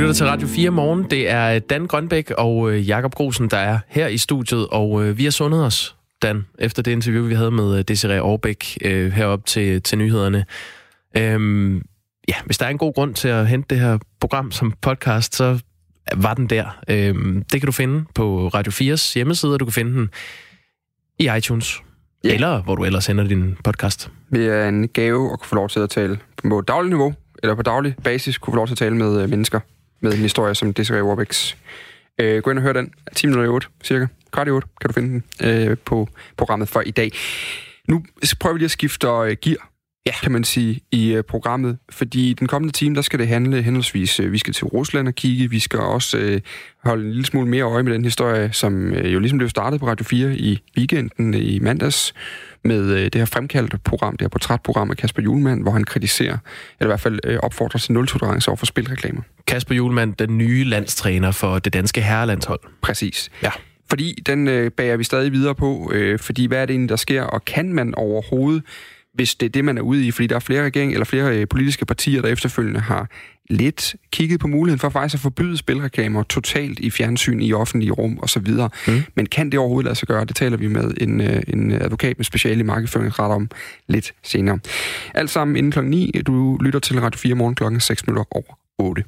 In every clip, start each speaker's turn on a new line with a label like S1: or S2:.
S1: lytter til Radio 4 Morgen. Det er Dan Grønbæk og Jakob Grosen, der er her i studiet, og vi har sundet os, Dan, efter det interview, vi havde med Desiree Aarbæk herop til nyhederne. Hvis der er en god grund til at hente det her program som podcast, så var den der. Det kan du finde på Radio 4's hjemmeside, og du kan finde den i iTunes. Yeah. Eller hvor du ellers sender din podcast.
S2: Det er en gave at kunne få lov til at tale på daglig niveau, eller på daglig basis kunne få lov til at tale med mennesker med en historie som Desiree Aarbæks. Gå ind og hør den. 10 minutter i 8, cirka. Kvart i 8 kan du finde den på programmet for i dag. Nu prøver vi lige at skifte gear, kan man sige, i programmet. Fordi den kommende time, der skal det handle henholdsvis, vi skal til Rusland og kigge. Vi skal også holde en lille smule mere øje med den historie, som jo ligesom blev startet på Radio 4 i weekenden i mandags, med det her fremkaldte program, det her portrætprogram af Kasper Hjulmand, hvor han kritiserer, eller i hvert fald opfordrer til nul-tolerance over for spilreklamer.
S1: Kasper Hjulmand, den nye landstræner for det danske herrelandshold.
S2: Præcis.
S1: Ja.
S2: Fordi den bager vi stadig videre på, fordi hvad er det egentlig, der sker, og kan man overhovedet, hvis det er det, man er ude i, fordi der er flere regeringer eller flere politiske partier, der efterfølgende har lidt kigget på muligheden for faktisk at forbyde spilreklamer totalt i fjernsyn, i offentlige rum osv. Men kan det overhovedet lade sig gøre? Det taler vi med en advokat med speciale i markedsføringsret om lidt senere. Alt sammen inden klokken 9. Du lytter til Radio 4 Morgen klokken 6:06.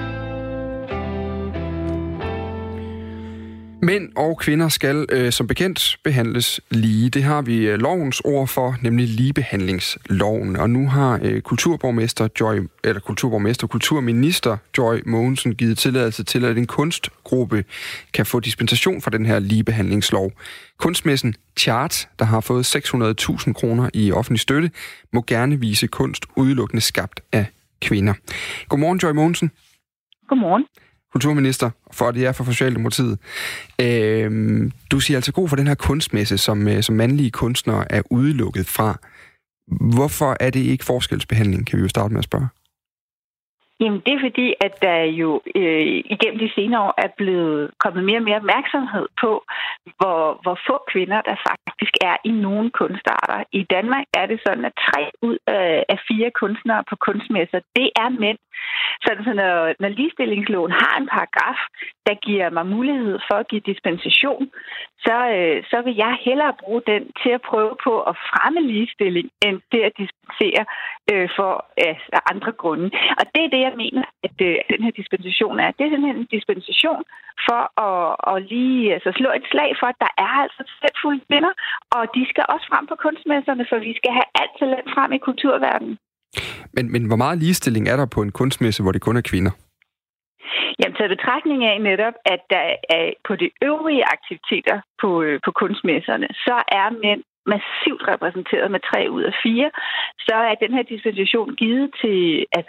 S2: Mænd og kvinder skal som bekendt behandles lige. Det har vi lovens ord for, nemlig ligebehandlingsloven. Og nu har kulturminister Joy Mogensen givet tilladelse til, at en kunstgruppe kan få dispensation fra den her ligebehandlingslov. Kunstmessen Chart, der har fået 600.000 kroner i offentlig støtte, må gerne vise kunst udelukkende skabt af kvinder. Godmorgen, Joy Mogensen.
S3: Godmorgen.
S2: Kulturminister, for det er for Socialdemokratiet. Du siger altså god for den her kunstmesse, som mandlige kunstnere er udelukket fra. Hvorfor er det ikke forskelsbehandling, kan vi jo starte med at spørge?
S3: Jamen, det er fordi, at der jo igennem de senere år er blevet kommet mere og mere opmærksomhed på, hvor få kvinder der faktisk er i nogle kunstarter. I Danmark er det sådan, at 3 ud af 4 kunstnere på kunstmesser, det er mænd. Så når ligestillingsloven har en paragraf, der giver mig mulighed for at give dispensation, så vil jeg hellere bruge den til at prøve på at fremme ligestilling, end det at dispensere for andre grunde. Og det er det, jeg mener, at den her dispensation er. Det er simpelthen en dispensation for at lige slå et slag for, at der er altså talentfulde kvinder, og de skal også frem på kunstmesserne, for vi skal have alt talent frem i kulturverdenen.
S2: Men hvor meget ligestilling er der på en kunstmesse, hvor det kun er kvinder?
S3: Jamen, taget betragtning af netop, at der er på de øvrige aktiviteter på kunstmesserne, så er mænd massivt repræsenteret med 3 ud af 4, så er den her dispensation givet til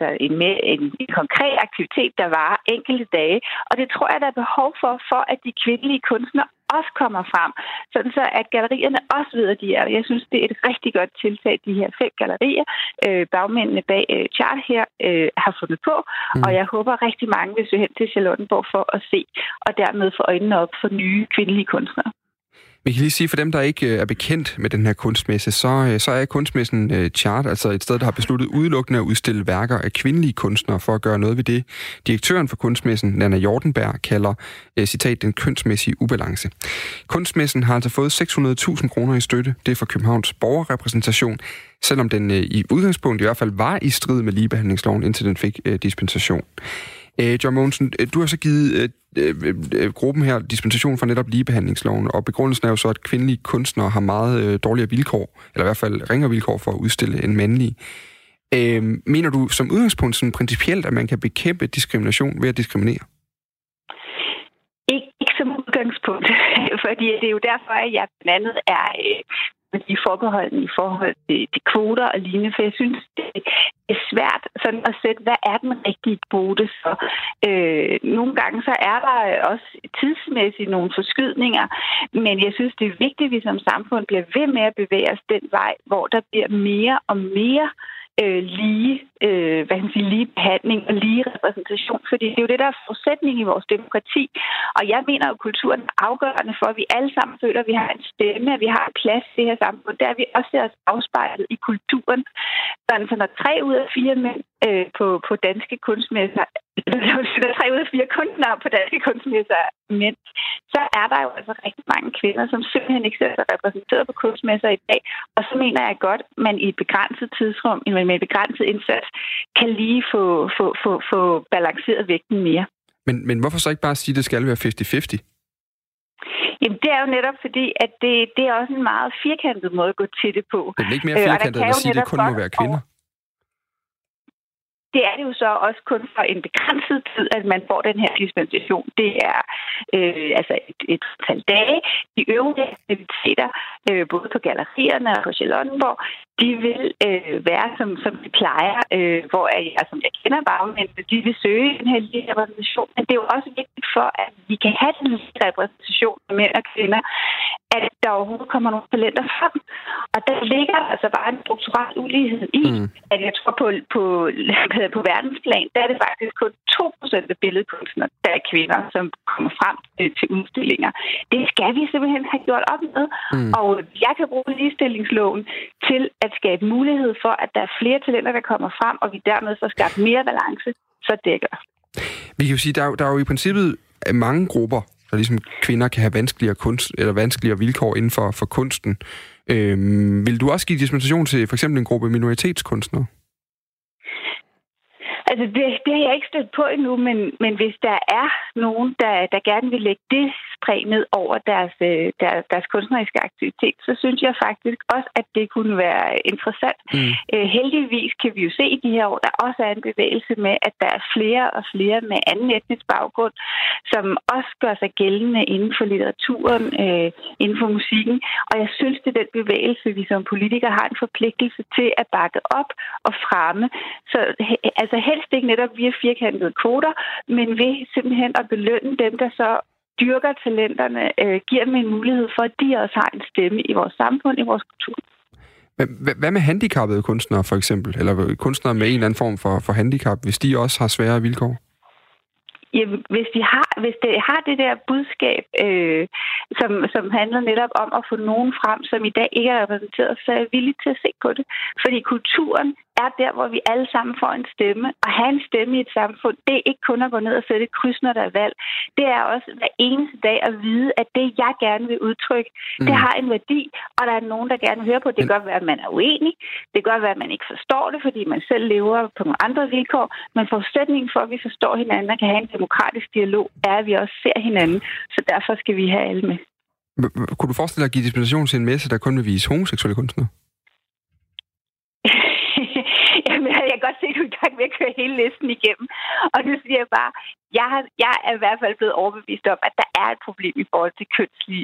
S3: en konkret aktivitet, der varer enkelte dage. Og det tror jeg, der er behov for at de kvindelige kunstnere også kommer frem, sådan så at gallerierne også ved, at de er. Jeg synes, det er et rigtig godt tiltag, de her 5 gallerier, bagmændene bag Chart her har fundet på, og jeg håber rigtig mange vil søge hen til Charlottenborg for at se, og dermed få øjnene op for nye kvindelige kunstnere.
S2: Vi kan lige sige, for dem, der ikke er bekendt med den her kunstmesse, så er kunstmessen Chart altså et sted, der har besluttet udelukkende at udstille værker af kvindelige kunstnere for at gøre noget ved det. Direktøren for kunstmessen, Nanna Jordenberg, kalder, citat, den kønsmæssige ubalance. Kunstmessen har altså fået 600.000 kroner i støtte. Det er fra Københavns borgerrepræsentation, selvom den i udgangspunkt i hvert fald var i strid med ligebehandlingsloven, indtil den fik dispensation. Joy Mogensen, du har så givet gruppen her dispensation fra netop ligebehandlingsloven, og begrundelsen er jo så, at kvindelige kunstnere har meget dårligere vilkår, eller i hvert fald ringere vilkår for at udstille end mandlige. Mener du som udgangspunkt sådan principielt, at man kan bekæmpe diskrimination ved at diskriminere?
S3: Ikke som udgangspunkt, fordi det er jo derfor, at jeg blandt andet er de forbeholdene i forhold til kvoter og lignende, for jeg synes, det er svært sådan at sætte, hvad er den rigtige kvote så. Nogle gange så er der også tidsmæssigt nogle forskydninger, men jeg synes, det er vigtigt, at vi som samfund bliver ved med at bevæge os den vej, hvor der bliver mere og mere lige behandling og lige repræsentation, fordi det er jo det, der er forudsætning i vores demokrati. Og jeg mener, at kulturen er afgørende for, at vi alle sammen føler, at vi har en stemme, at vi har en plads i det her samfund. Der vi også ser os afspejlet i kulturen. Så når 3 ud af 4 mænd på danske kunstmesser 3 ud af 4 kunstnere på danske kunstmesser er mænd, så er der jo altså rigtig mange kvinder, som simpelthen ikke ser sig repræsenteret på kunstmesser i dag. Og så mener jeg godt, at man i et begrænset tidsrum, med en begrænset indsats, kan lige få balanceret vægten mere.
S2: Men hvorfor så ikke bare sige, at det skal være 50-50?
S3: Jamen, det er jo netop fordi, at det er også en meget firkantet måde at gå til det på.
S2: Det er ikke mere firkantet at sige, at det kun må være kvinder?
S3: Det er det jo så også kun for en begrænset tid, at man får den her dispensation. Det er altså et tal dage. De øvrige aktiviteter, både på gallerierne og på Charlottenborg, de vil være, som de plejer, hvor jeg, som jeg kender bagmændene, de vil søge den her lille repræsentation. Men det er jo også vigtigt for, at vi kan have den lille repræsentation af mænd og kvinder, at der overhovedet kommer nogle talenter frem. Og der ligger altså bare en strukturel ulighed i, at jeg tror på verdensplan, der er det faktisk kun 2% af billedkunstnere, der er kvinder, som kommer frem til udstillinger. Det skal vi simpelthen have gjort op med. Og jeg kan bruge ligestillingsloven til at skabe mulighed for, at der er flere talenter, der kommer frem, og vi dermed får skabt mere balance, så det gør.
S2: Vi kan jo sige, der er jo i princippet mange grupper, der ligesom kvinder kan have vanskeligere vilkår inden for kunsten. Vil du også give dispensation til for eksempel en gruppe minoritetskunstnere?
S3: Altså, det har jeg ikke stødt på endnu, men hvis der er nogen, der gerne vil lægge det præg ned over deres kunstneriske aktivitet, så synes jeg faktisk også, at det kunne være interessant. Heldigvis kan vi jo se i de her år, der også er en bevægelse med, at der er flere og flere med anden etnisk baggrund, som også gør sig gældende inden for litteraturen, inden for musikken. Og jeg synes, det er den bevægelse, vi som politikere har en forpligtelse til at bakke op og fremme. Så altså helst ikke netop via firkantede kvoter, men ved simpelthen at belønne dem, der så dyrker talenterne, giver dem en mulighed for, at de også har en stemme i vores samfund, i vores kultur.
S2: Hvad med handicappede kunstnere for eksempel? Eller kunstnere med en eller anden form for handicap, hvis de også har svære vilkår?
S3: Jamen, hvis det har det der budskab, som handler netop om at få nogen frem, som i dag ikke er repræsenteret, så er jeg villig til at se på det. Fordi kulturen er der, hvor vi alle sammen får en stemme. Og have en stemme i et samfund, det er ikke kun at gå ned og sætte et kryds, når der er valg. Det er også hver eneste dag at vide, at det, jeg gerne vil udtrykke, det har en værdi, og der er nogen, der gerne vil høre på. Det kan godt være, at man er uenig. Det kan godt være, at man ikke forstår det, fordi man selv lever på nogle andre vilkår. Men forudsætningen for, at vi forstår hinanden og kan have en demokratisk dialog, er, at vi også ser hinanden. Så derfor skal vi have alle med.
S2: Kunne du forestille dig at give dispensation til en messe, der kun vil vise homoseksuelle kunstnere?
S3: Jamen, jeg kan godt se, at du er i gang med at køre hele listen igennem. Og nu siger jeg bare, jeg er i hvert fald blevet overbevist om, at der er et problem i forhold til kønslig,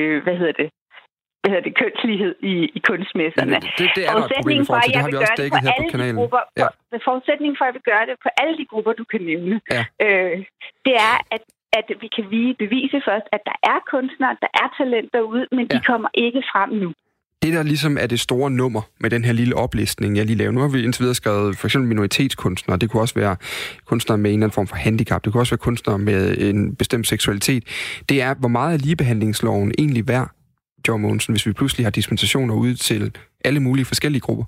S3: kønslighed i kunstmesserne.
S2: Det er der et problem i forhold til, det har vi også dækket her på kanalen.
S3: Forudsætningen for, at vi gør det på alle de grupper, du kan nævne, det er, at vi kan bevise først, at der er kunstnere, der er talent derude, men de kommer ikke frem nu.
S2: Det, der ligesom er det store nummer med den her lille oplistning, jeg lige lavede. Nu har vi indtil videre skrevet for eksempel minoritetskunstnere. Det kunne også være kunstnere med en eller anden form for handicap. Det kunne også være kunstnere med en bestemt seksualitet. Det er, hvor meget er ligebehandlingsloven egentlig værd, Joy Mogensen, hvis vi pludselig har dispensationer ud til alle mulige forskellige grupper?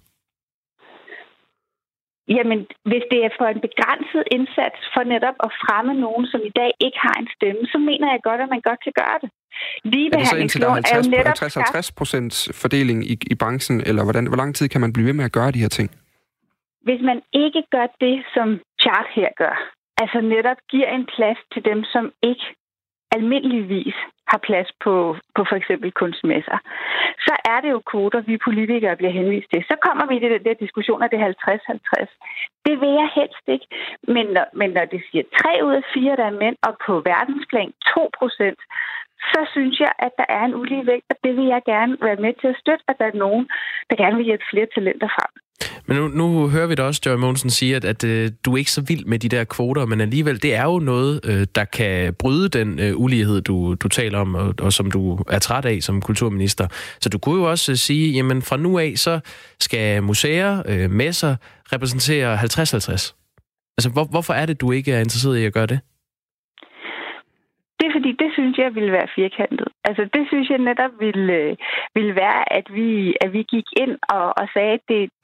S3: Jamen, hvis det er for en begrænset indsats for netop at fremme nogen, som i dag ikke har en stemme, så mener jeg godt, at man godt kan gøre det. Ligebehandlingsloven er jo netop
S2: 50-50% fordeling i branchen, eller hvor lang tid kan man blive ved med at gøre de her ting?
S3: Hvis man ikke gør det, som Chart her gør, altså netop giver en plads til dem, som ikke almindeligvis har plads på for eksempel kunstmesser, så er det jo kvoter, vi politikere bliver henvist til. Så kommer vi i den der diskussion af det 50-50. Det vil jeg helst ikke. Men når det siger 3 ud af 4, der er mænd, og på verdensplan 2%, så synes jeg, at der er en ulige vægt, og det vil jeg gerne være med til at støtte, at der er nogen, der gerne vil hjælpe flere talenter frem.
S1: Men nu hører vi da også, Joy Mogensen, sige, at du er ikke så vild med de der kvoter, men alligevel, det er jo noget, der kan bryde den ulighed, du taler om, og som du er træt af som kulturminister. Så du kunne jo også sige, jamen fra nu af, så skal museer, messer repræsentere 50-50. Altså, hvorfor er det, du ikke er interesseret i at gøre det?
S3: Det er fordi, det synes jeg ville være firkantet. Altså, det synes jeg netop ville være, at vi gik ind og sagde, at det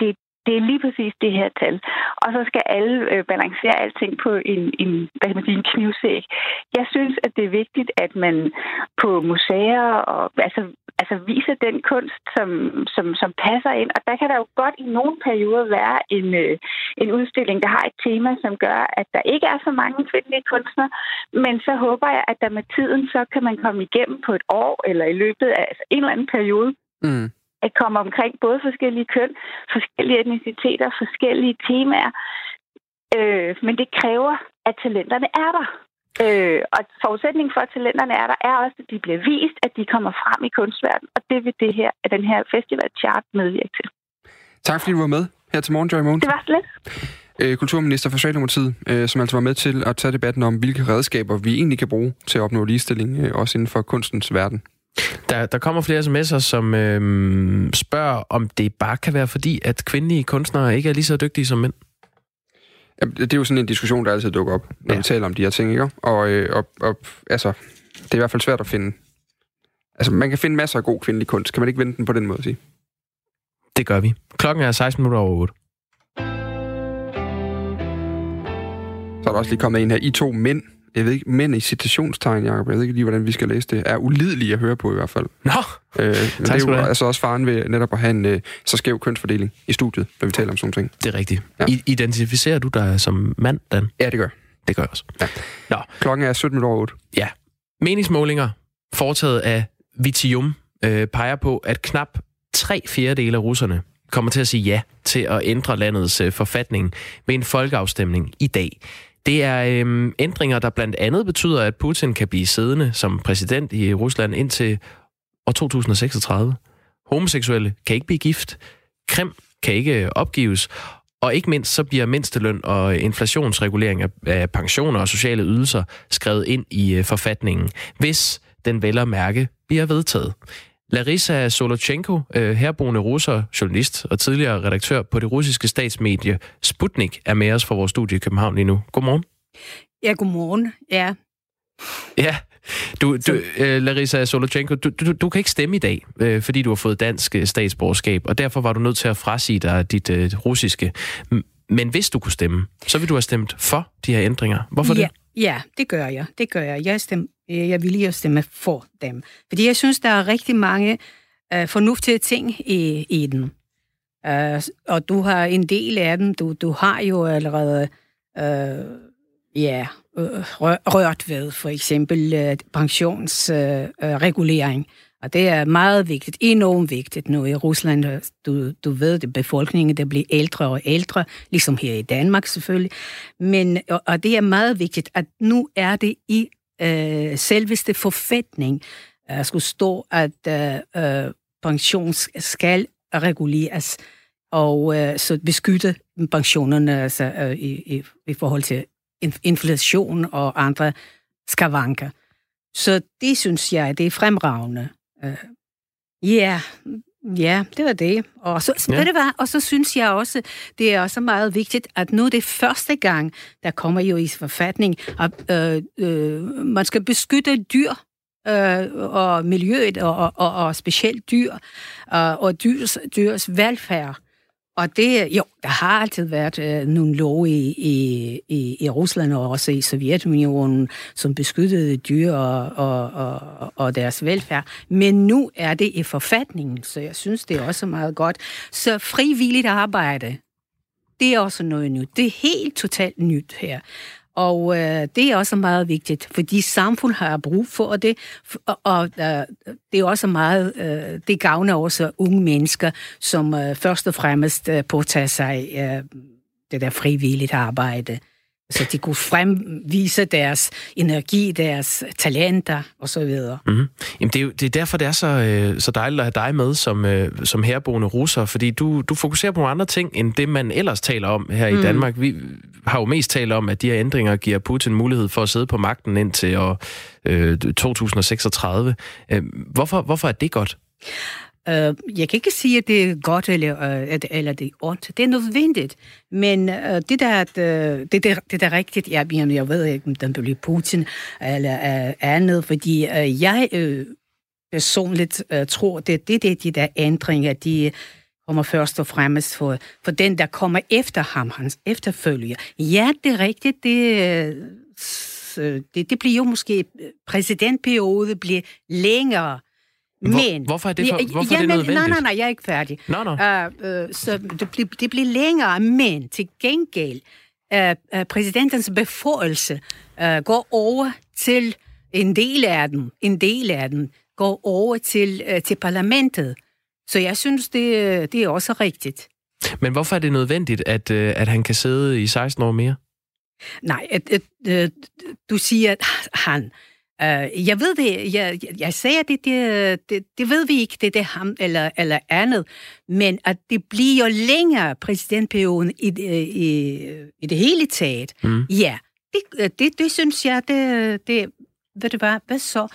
S3: Det er lige præcis det her tal. Og så skal alle balancere alting på en knivsæg. Jeg synes, at det er vigtigt, at man på museer og altså viser den kunst, som passer ind. Og der kan der jo godt i nogle perioder være en udstilling, der har et tema, som gør, at der ikke er så mange kvindelige kunstnere. Men så håber jeg, at der med tiden, så kan man komme igennem på et år, eller i løbet af en eller anden periode, at komme omkring både forskellige køn, forskellige etniciteter, forskellige temaer. Men det kræver, at talenterne er der. Og forudsætningen for, at talenterne er der, er også, at de bliver vist, at de kommer frem i kunstverdenen. Og det vil den her festival Chart medvirke til.
S2: Tak fordi du var med her til morgen, Joy Mogensen.
S3: Det var så lidt.
S2: Kulturminister for Socialdemokratiet, som altså var med til at tage debatten om, hvilke redskaber vi egentlig kan bruge til at opnå ligestilling, også inden for kunstens verden.
S1: Der kommer flere sms'er, som spørger, om det bare kan være fordi, at kvindelige kunstnere ikke er lige så dygtige som mænd.
S2: Ja, det er jo sådan en diskussion, der altid dukker op, når vi taler om de her ting, ikke? Og altså, det er i hvert fald svært at finde. Altså, man kan finde masser af god kvindelig kunst. Kan man ikke vende den på den måde at sige?
S1: Det gør vi. Klokken er 16:16.
S2: Så er der også lige kommet en her. I to mænd. Jeg ved ikke, mænd i citationstegn, Jacob. Jeg ved ikke lige, hvordan vi skal læse det. Er ulidelige at høre på i hvert fald.
S1: Nå!
S2: Men det er jo altså også faren ved netop at have en så skæv kønsfordeling i studiet, når vi taler om sådan ting.
S1: Det er rigtigt. Ja. Identificerer du dig som mand, Dan?
S2: Ja, det gør.
S1: Det gør jeg også.
S2: Ja.
S1: Nå.
S2: Klokken er 17:08.
S1: Ja. Meningsmålinger foretaget af Vitium peger på, at knap 3/4 af russerne kommer til at sige ja til at ændre landets forfatning ved en folkeafstemning i dag. Det er ændringer, der blandt andet betyder, at Putin kan blive siddende som præsident i Rusland indtil år 2036. Homoseksuelle kan ikke blive gift. Krim kan ikke opgives. Og ikke mindst så bliver mindsteløn og inflationsregulering af pensioner og sociale ydelser skrevet ind i forfatningen, hvis den vel at mærke bliver vedtaget. Larisa Solotchenko, herboende russer, journalist og tidligere redaktør på det russiske statsmedie Sputnik, er med os fra vores studie i København lige nu. Godmorgen.
S4: Ja, godmorgen. Ja.
S1: Ja, Larisa Solotchenko, du kan ikke stemme i dag, fordi du har fået dansk statsborgerskab, og derfor var du nødt til at frasige dig dit russiske. Men hvis du kunne stemme, så ville du have stemt for de her ændringer. Hvorfor det?
S4: Ja, det gør jeg. Jeg vil jo stemme for dem. Fordi jeg synes, der er rigtig mange fornuftige ting i den. Og du har en del af dem. Du har jo allerede rørt ved, for eksempel pensionsregulering. Og det er meget vigtigt, enormt vigtigt nu i Rusland. Du ved, at befolkningen der bliver ældre og ældre, ligesom her i Danmark selvfølgelig. Og det er meget vigtigt, at nu er det i selveste forfatning skulle stå, at pension skal reguleres og så beskytte pensionerne altså, i forhold til inflation og andre skavanker. Så det synes jeg, det er fremragende. Ja, det var det. Og så, og så synes jeg også, det er også meget vigtigt, at nu er det første gang, der kommer jo i forfatning, at man skal beskytte dyr og miljøet og specielt dyr og dyrs velfærd. Og det, der har altid været nogle love i Rusland og også i Sovjetunionen, som beskyttede dyr og deres velfærd. Men nu er det i forfatningen, så jeg synes, det er også meget godt. Så frivilligt arbejde, det er også noget nyt. Det er helt totalt nyt her. Og det er også meget vigtigt, fordi samfund har brug for det, og det er også meget, det gavner også unge mennesker, som først og fremmest påtager sig det der frivilligt arbejde. Så de kunne fremvise deres energi, deres talenter osv. Mm-hmm.
S1: Jamen det er derfor, det er så dejligt at have dig med som herboende russer, fordi du fokuserer på nogle andre ting, end det man ellers taler om her i Danmark. Vi har jo mest talt om, at de her ændringer giver Putin mulighed for at sidde på magten indtil år 2036. Hvorfor er det godt?
S4: Jeg kan ikke sige, at det er godt eller det er ondt. Det er nødvendigt. Men det der er rigtigt, jeg ved ikke, om den bliver Putin eller andet, fordi jeg personligt tror, det er de der ændringer, de kommer først og fremmest for den, der kommer efter ham, hans efterfølger. Ja, det er rigtigt. Det bliver jo måske, præsidentperiode bliver længere. Men
S1: hvorfor er det nødvendigt?
S4: Nej, jeg er ikke færdig. Så det bliver længere, men til gengæld præsidentens beføjelse går over til en del af den går over til parlamentet. Så jeg synes, det er også rigtigt.
S1: Men hvorfor er det nødvendigt, at han kan sidde i 16 år mere?
S4: Nej, du siger, at han... jeg ved det, jeg sagde, det ved vi ikke, det er ham eller andet, men at det bliver jo længere præsidentperioden i det hele taget. Ja, det synes jeg, det ved du hvad så?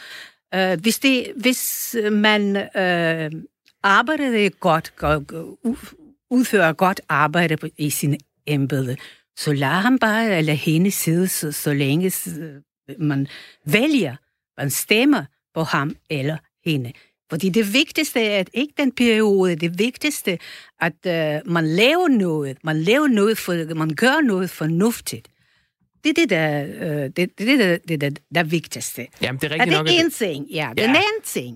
S4: Hvis man arbejder godt, udfører godt arbejde i sin embede, så lader han bare eller hende sidde så længe man vælger, man stemmer på ham eller hende. Fordi det vigtigste er at ikke den periode, det vigtigste at man laver noget, man gør noget fornuftigt. Det er det der vigtigste.
S1: Jamen, det er rigtigt nok.
S4: Det er en ting, ja. Den anden ting.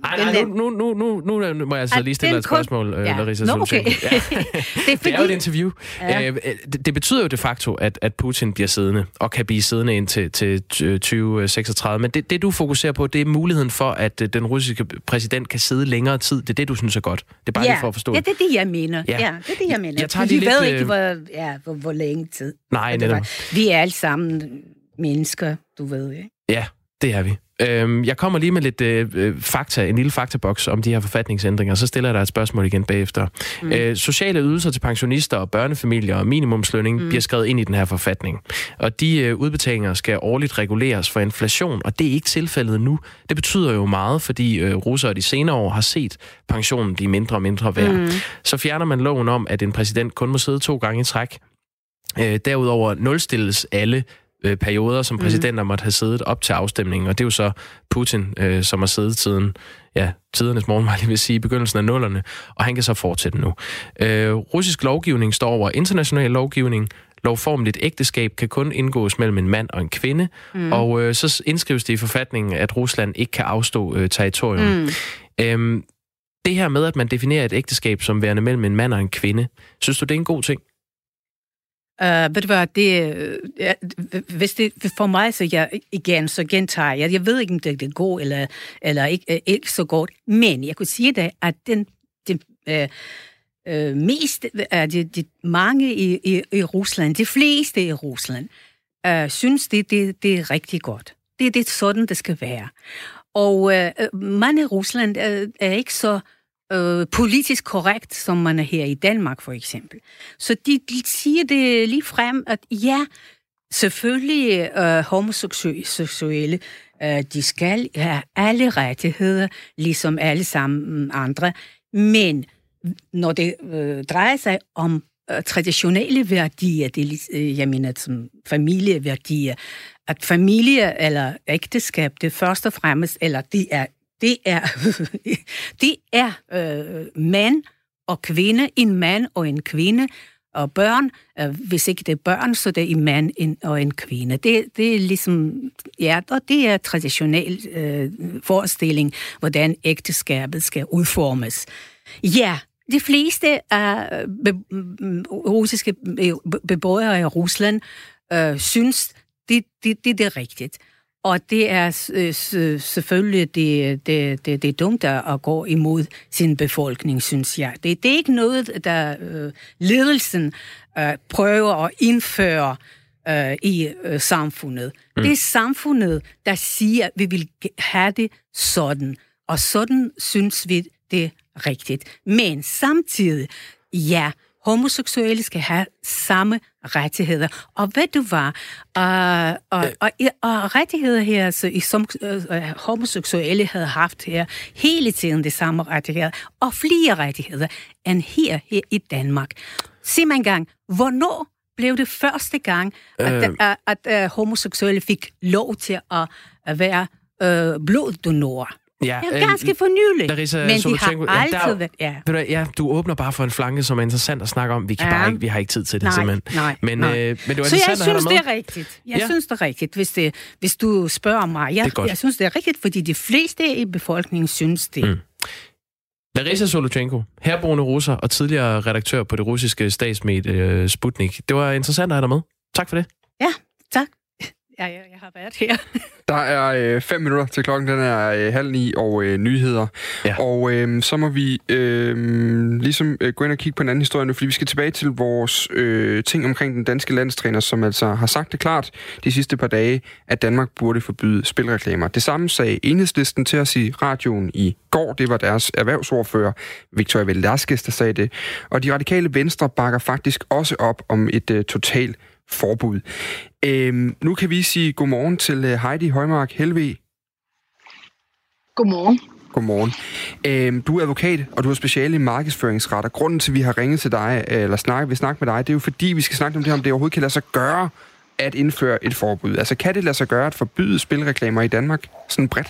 S1: Nu må jeg altså lige stille et spørgsmål, Larissa Solzhenitsyn. Det er jo et interview. Ja. Det betyder jo de facto, at Putin bliver siddende, og kan blive siddende indtil 2036. Men det du fokuserer på, det er muligheden for, at den russiske præsident kan sidde længere tid. Det er det, du synes er godt. Det er bare lige for at forstå.
S4: Ja, det er det, jeg mener. Ja, det er det, jeg mener.
S1: Jeg tager lige
S4: ved ikke, hvor længe tid.
S1: Nej, netop.
S4: Vi er alle sammen mennesker, du ved, ikke?
S1: Ja, det er vi. Jeg kommer lige med lidt fakta, en lille faktaboks om de her forfatningsændringer, så stiller jeg dig et spørgsmål igen bagefter. Sociale ydelser til pensionister og børnefamilier og minimumslønning bliver skrevet ind i den her forfatning. Og de udbetalinger skal årligt reguleres for inflation, og det er ikke tilfældet nu. Det betyder jo meget, fordi russere de senere år har set pensionen blive mindre og mindre værd. Så fjerner man loven om, at en præsident kun må sidde 2 gange i træk. Derudover nulstilles alle perioder, som præsidenter måtte have siddet op til afstemningen, og det er jo så Putin, som har siddet siden, tidernes morgen, lige vil sige, begyndelsen af nullerne, og han kan så fortsætte nu. Russisk lovgivning står over international lovgivning. Lovformeligt ægteskab kan kun indgås mellem en mand og en kvinde, og så indskrives det i forfatningen, at Rusland ikke kan afstå territorium. Det her med, at man definerer et ægteskab som værende mellem en mand og en kvinde, synes du, det er en god ting?
S4: Ved du hvad, hvis det for mig, så gentager jeg ved ikke, om det går eller ikke så godt, men jeg kunne sige det, at mange i Rusland, de fleste i Rusland, synes det er rigtig godt. Det er sådan, det skal være. Og mange i Rusland er ikke så politisk korrekt, som man er her i Danmark, for eksempel. Så de siger det lige frem, at ja, selvfølgelig homoseksuelle, de skal have alle rettigheder, ligesom alle sammen andre, men når det drejer sig om traditionelle værdier, jeg mener som familieværdier, at familie eller ægteskab, det først og fremmest, eller det er mand og kvinde, en mand og en kvinde, og børn. Hvis ikke det er børn, så det er en mand og en kvinde. Det er ligesom, og det er traditionel forestilling, hvordan ægteskabet skal udformes. Ja, de fleste af russiske beboere i Rusland synes, det er rigtigt. Og det er selvfølgelig det er dumt at gå imod sin befolkning, synes jeg. Det er ikke noget, der ledelsen prøver at indføre i samfundet. Det er samfundet, der siger, at vi vil have det sådan. Og sådan synes vi, det er rigtigt. Men samtidig, homoseksuelle skal have samme rettigheder. Og ved du hvad? Og rettigheder her, som homoseksuelle havde haft her, hele tiden de samme rettigheder, og flere rettigheder end her i Danmark. Sig mig engang, hvornår blev det første gang, at homoseksuelle fik lov til at være bloddonorer?
S1: Ja,
S4: det er ganske fornyligt.
S1: Larissa
S4: men
S1: Solotjenko,
S4: de har altid været...
S1: Ja, du åbner bare for en flanke, som er interessant at snakke om. Vi har ikke tid til det, simpelthen.
S4: Nej.
S1: Men det var interessant.
S4: Så jeg synes, det er rigtigt. Jeg synes, det er rigtigt, hvis du spørger mig. Jeg synes, det er rigtigt, fordi de fleste i befolkningen synes det. Mm.
S1: Larissa Solotjenko, herboende russer og tidligere redaktør på det russiske statsmedie Sputnik. Det var interessant at have dig med. Tak for det.
S4: Ja, tak. Jeg har været her.
S2: Der er 5 minutter til klokken, den er 8:30 og nyheder. Ja. Og så må vi ligesom gå ind og kigge på en anden historie nu, fordi vi skal tilbage til vores ting omkring den danske landstræner, som altså har sagt det klart de sidste par dage, at Danmark burde forbyde spilreklamer. Det samme sagde Enhedslisten til os i radioen i går. Det var deres erhvervsordfører, Victoria Velasquez, der sagde det. Og de radikale venstre bakker faktisk også op om et totalt forbud. Nu kan vi sige godmorgen til Heidi Højmark Helve.
S5: Godmorgen.
S2: Godmorgen. Du er advokat, og du har speciale i markedsføringsret, og grunden til, at vi har ringet til dig, eller vil snakke med dig, det er jo fordi, vi skal snakke om det, om det overhovedet kan lade sig gøre at indføre et forbud. Altså, kan det lade sig gøre at forbyde spilreklamer i Danmark sådan bredt?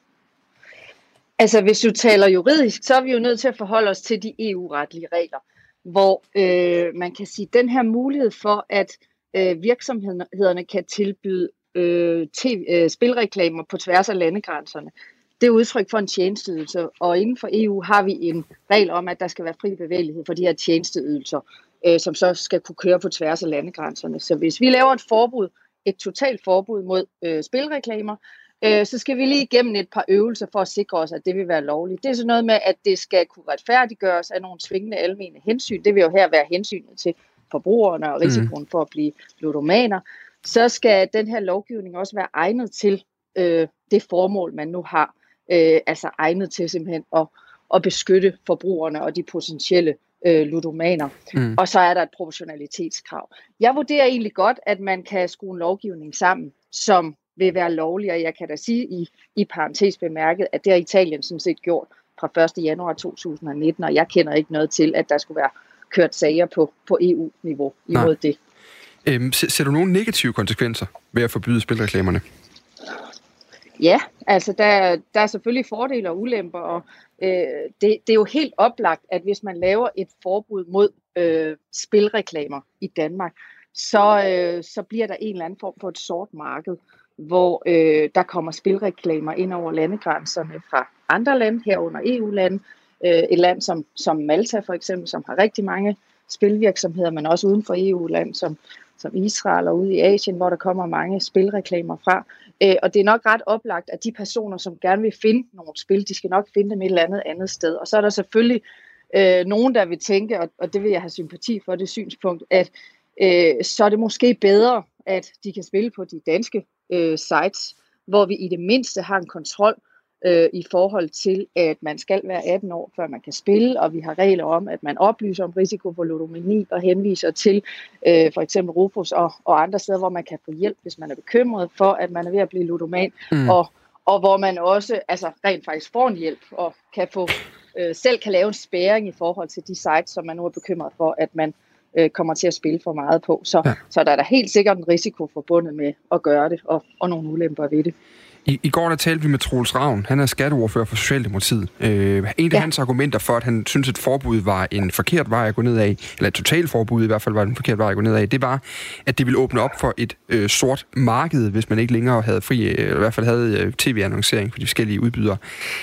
S5: Altså, hvis du taler juridisk, så er vi jo nødt til at forholde os til de EU-retlige regler, hvor man kan sige, den her mulighed for, at virksomhederne kan tilbyde spilreklamer på tværs af landegrænserne. Det er udtryk for en tjenesteydelse, og inden for EU har vi en regel om, at der skal være fri bevægelighed for de her tjenesteydelser, som så skal kunne køre på tværs af landegrænserne. Så hvis vi laver et totalt forbud mod spilreklamer, så skal vi lige igennem et par øvelser for at sikre os, at det vil være lovligt. Det er sådan noget med, at det skal kunne retfærdiggøres af nogle svingende almene hensyn. Det vil jo her være hensynet til forbrugerne og risikoen for at blive ludomaner. Så skal den her lovgivning også være egnet til det formål, man nu har. Altså egnet til simpelthen at beskytte forbrugerne og de potentielle ludomaner. Og så er der et proportionalitetskrav. Jeg vurderer egentlig godt, at man kan skrue en lovgivning sammen, som vil være lovlig, og jeg kan da sige i parentes bemærket, at det har Italien sådan set gjort fra 1. januar 2019, og jeg kender ikke noget til, at der skulle være kørt sager på EU-niveau imod det.
S2: Ser du nogle negative konsekvenser ved at forbyde spilreklamerne?
S5: Ja, altså der er selvfølgelig fordele og ulemper, og det er jo helt oplagt, at hvis man laver et forbud mod spilreklamer i Danmark, så bliver der en eller anden form for et sort marked, hvor der kommer spilreklamer ind over landegrænserne fra andre lande, herunder EU-lande. Et land som Malta for eksempel, som har rigtig mange spilvirksomheder, men også uden for EU-land, som Israel og ude i Asien, hvor der kommer mange spilreklamer fra. Og det er nok ret oplagt, at de personer, som gerne vil finde nogle spil, de skal nok finde dem et eller andet sted. Og så er der selvfølgelig nogen, der vil tænke, og det vil jeg have sympati for, det synspunkt, at så er det måske bedre, at de kan spille på de danske sites, hvor vi i det mindste har en kontrol i forhold til, at man skal være 18 år, før man kan spille, og vi har regler om, at man oplyser om risiko for ludomani og henviser til for eksempel Rufus og andre steder, hvor man kan få hjælp, hvis man er bekymret for, at man er ved at blive ludoman, og hvor man også rent faktisk får en hjælp og kan få selv kan lave en spærring i forhold til de sites, som man nu er bekymret for, at man kommer til at spille for meget på. Så der er der helt sikkert en risiko forbundet med at gøre det, og nogle ulemper ved det.
S2: I går der talte vi med Troels Ravn. Han er skatteordfører for Socialdemokratiet. En af hans argumenter for, at han synes, at forbud var en forkert vej at gå ned af, eller et totalt forbud i hvert fald var en forkert vej at gå ned af, det var, at det ville åbne op for et sort marked, hvis man ikke længere havde fri, eller i hvert fald havde tv-annoncering for de forskellige udbydere.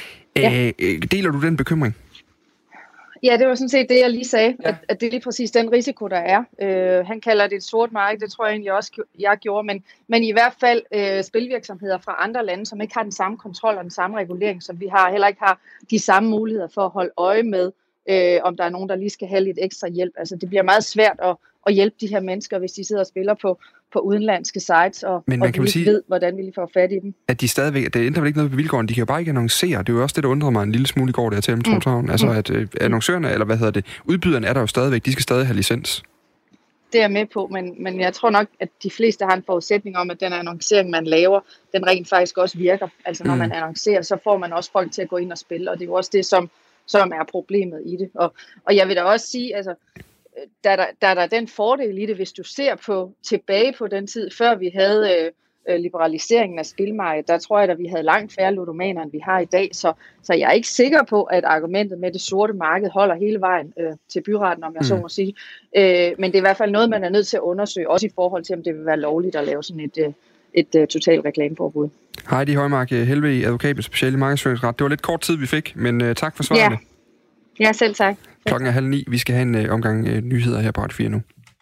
S2: Deler du den bekymring?
S5: Ja, det var sådan set det, jeg lige sagde, at det er lige præcis den risiko, der er. Han kalder det et sort marked, det tror jeg egentlig også, jeg gjorde, men i hvert fald spilvirksomheder fra andre lande, som ikke har den samme kontrol og den samme regulering, som vi har, heller ikke har de samme muligheder for at holde øje med, om der er nogen, der lige skal have lidt ekstra hjælp. Altså, det bliver meget svært at hjælpe de her mennesker, hvis de sidder og spiller på udenlandske sites, og vi ikke ved, hvordan vi lige får fat i dem.
S2: At de stadigvæk, det ændrer vel ikke noget på vilkårene, de kan jo bare ikke annoncere. Det er jo også det, der undrede mig en lille smule i går, da jeg talte med Troels Ravn. Altså, at annoncørerne, eller udbyderne er der jo stadigvæk, de skal stadig have licens.
S5: Det er jeg med på, men jeg tror nok, at de fleste har en forudsætning om, at den annoncering, man laver, den rent faktisk også virker. Altså, når man annoncerer, så får man også folk til at gå ind og spille, og det er jo også det, som er problemet i det. Og jeg vil da også sige, altså, der er den fordel i det, hvis du ser tilbage på den tid, før vi havde liberaliseringen af spilmarkedet, der tror jeg, at vi havde langt færre ludomaner, end vi har i dag. Så jeg er ikke sikker på, at argumentet med det sorte marked holder hele vejen til byretten, om jeg så må sige. Men det er i hvert fald noget, man er nødt til at undersøge, også i forhold til, om det vil være lovligt at lave sådan et totalt reklameforbud.
S2: Heidi Højmark Helveg, advokat med speciale i markedsføringsret. Det var lidt kort tid, vi fik, men tak for svarene.
S5: Ja, selv tak.
S2: Klokken er 8:30. Vi skal have en omgang nyheder her på Radio 4 nu.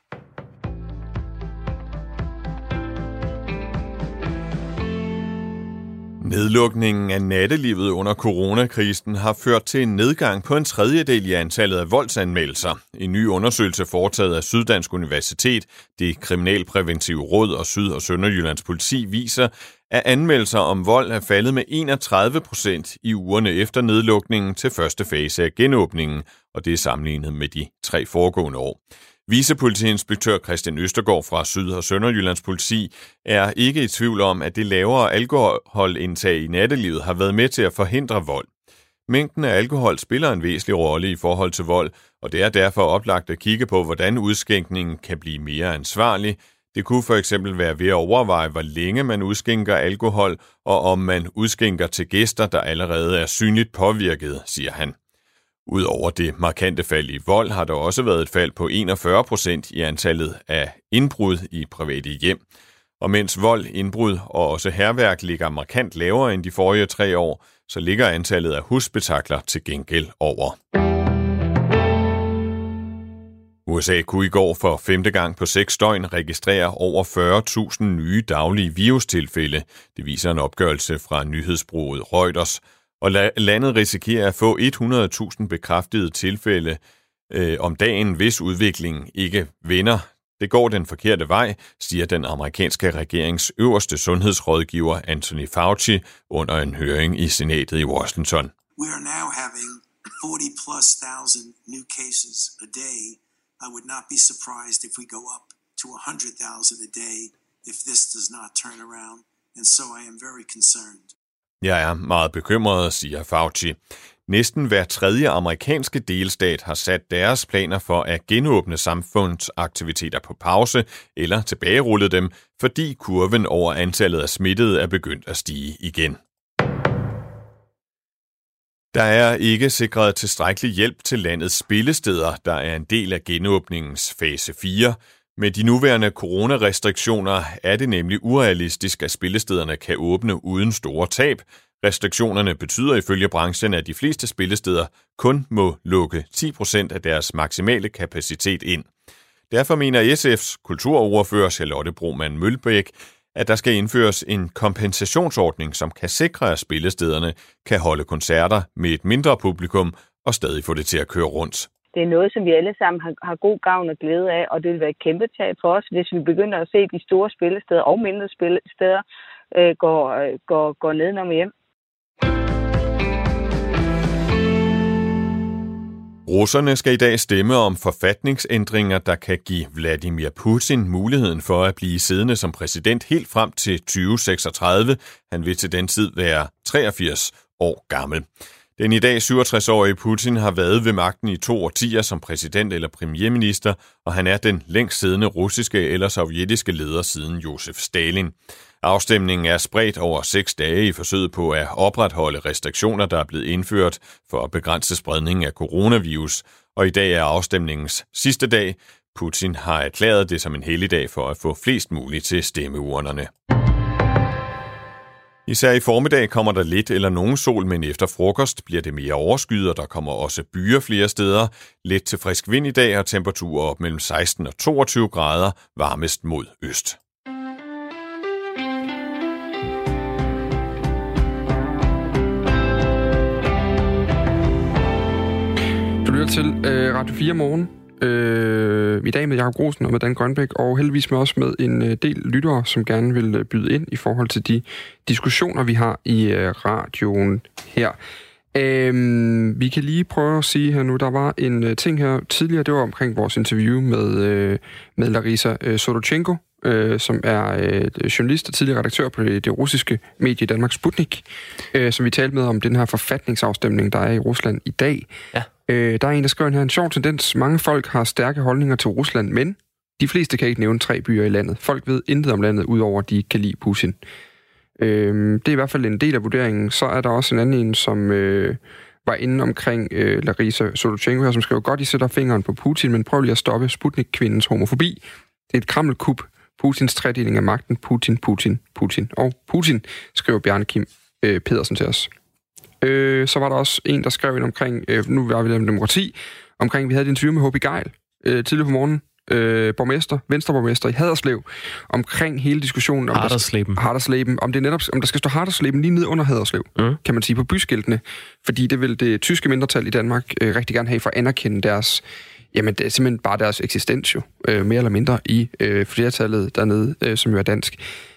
S6: Nedlukningen af nattelivet under coronakrisen har ført til en nedgang på 1/3 i antallet af voldsanmeldelser. En ny undersøgelse foretaget af Syddansk Universitet, det kriminalpræventive råd og Syd- og Sønderjyllands politi viser, at anmeldelser om vold er faldet med 31% i ugerne efter nedlukningen til første fase af genåbningen, og det er sammenlignet med de 3 foregående år. Vicepolitiinspektør Christian Østergaard fra Syd- og Sønderjyllands politi er ikke i tvivl om, at det lavere alkoholindtag i nattelivet har været med til at forhindre vold. Mængden af alkohol spiller en væsentlig rolle i forhold til vold, og det er derfor oplagt at kigge på, hvordan udskænkningen kan blive mere ansvarlig. Det kunne for eksempel være ved at overveje, hvor længe man udskænker alkohol, og om man udskænker til gæster, der allerede er synligt påvirket, siger han. Udover det markante fald i vold, har der også været et fald på 41% i antallet af indbrud i private hjem. Og mens vold, indbrud og også hærværk ligger markant lavere end de forrige 3 år, så ligger antallet af husspektakler til gengæld over. USA kunne i går for 5. gang på 6 døgn registrere over 40.000 nye daglige virustilfælde. Det viser en opgørelse fra nyhedsbureauet Reuters. Og landet risikerer at få 100.000 bekræftede tilfælde om dagen, hvis udviklingen ikke vender. Det går den forkerte vej, siger den amerikanske regerings øverste sundhedsrådgiver Anthony Fauci under en høring i senatet i Washington.
S7: We are now having 40,000+ new cases a day. I would not be surprised if we go up to 100,000 a day if this does not turn around, and so I am very concerned.
S6: Jeg er meget bekymret, siger Fauci. Næsten hver 3. amerikanske delstat har sat deres planer for at genåbne samfundsaktiviteter på pause eller tilbagerulle dem, fordi kurven over antallet af smittede er begyndt at stige igen. Der er ikke sikret tilstrækkelig hjælp til landets spillesteder, der er en del af genåbningens fase 4. Med de nuværende coronarestriktioner er det nemlig urealistisk, at spillestederne kan åbne uden store tab. Restriktionerne betyder ifølge branchen, at de fleste spillesteder kun må lukke 10% af deres maksimale kapacitet ind. Derfor mener SF's kulturordfører Charlotte Broman Mølbæk, at der skal indføres en kompensationsordning, som kan sikre, at spillestederne kan holde koncerter med et mindre publikum og stadig få det til at køre rundt.
S8: Det er noget, som vi alle sammen har god gavn og glæde af, og det vil være et kæmpe tab for os, hvis vi begynder at se de store spillesteder og mindre spillesteder går nedenom hjem.
S6: Russerne skal i dag stemme om forfatningsændringer, der kan give Vladimir Putin muligheden for at blive siddende som præsident helt frem til 2036. Han vil til den tid være 83 år gammel. Den i dag 67-årige Putin har været ved magten i 2 årtier som præsident eller premierminister, og han er den længst siddende russiske eller sovjetiske leder siden Josef Stalin. Afstemningen er spredt over 6 dage i forsøget på at opretholde restriktioner, der er blevet indført for at begrænse spredningen af coronavirus, og i dag er afstemningens sidste dag. Putin har erklæret det som en helligdag for at få flest muligt til stemmeurnerne. Især i formiddag kommer der lidt eller nogen sol, men efter frokost bliver det mere overskyet, og der kommer også byer flere steder. Lidt til frisk vind i dag og temperaturer op mellem 16 og 22 grader, varmest mod øst.
S2: Du lytter til Radio 4 morgen. I dag med Jakob Grosen og med Dan Grønbæk, og heldigvis med også med en del lyttere, som gerne vil byde ind i forhold til de diskussioner, vi har i radioen her. Vi kan lige prøve at sige her nu, der var en ting her tidligere, det var omkring vores interview med Larisa Sotochenko, som er journalist og tidligere redaktør på det russiske medie Danmark Sputnik, som vi talte med om den her forfatningsafstemning, der er i Rusland i dag. Ja. Der er en, der skriver her, en sjov tendens. Mange folk har stærke holdninger til Rusland, men De fleste kan ikke nævne 3 byer i landet. Folk ved intet om landet, udover at de kan lide Putin. Det er i hvert fald en del af vurderingen. Så er der også en anden en, som var inde omkring Larisa Solotjenko her, som skrev, godt, I sætter fingeren på Putin, men prøv lige at stoppe Sputnik-kvindens homofobi. Det er et Kreml-kup. Putins tredeling af magten. Putin, Putin, Putin og Putin, skriver Bjarne Kim Pedersen til os. Så var der også en, der skrev ind omkring, nu var vi demokrati, omkring, vi havde et interview med H.B. Geil tidligere på morgenen, venstreborgmester i Haderslev, omkring hele diskussionen om Hadersleben, om det netop, om der skal stå Hadersleben lige ned under Haderslev, kan man sige, på byskiltene, fordi det vil det tyske mindretal i Danmark rigtig gerne have for at anerkende deres, jamen det er simpelthen bare deres eksistens jo, mere eller mindre i flertallet dernede, som jo er dansk.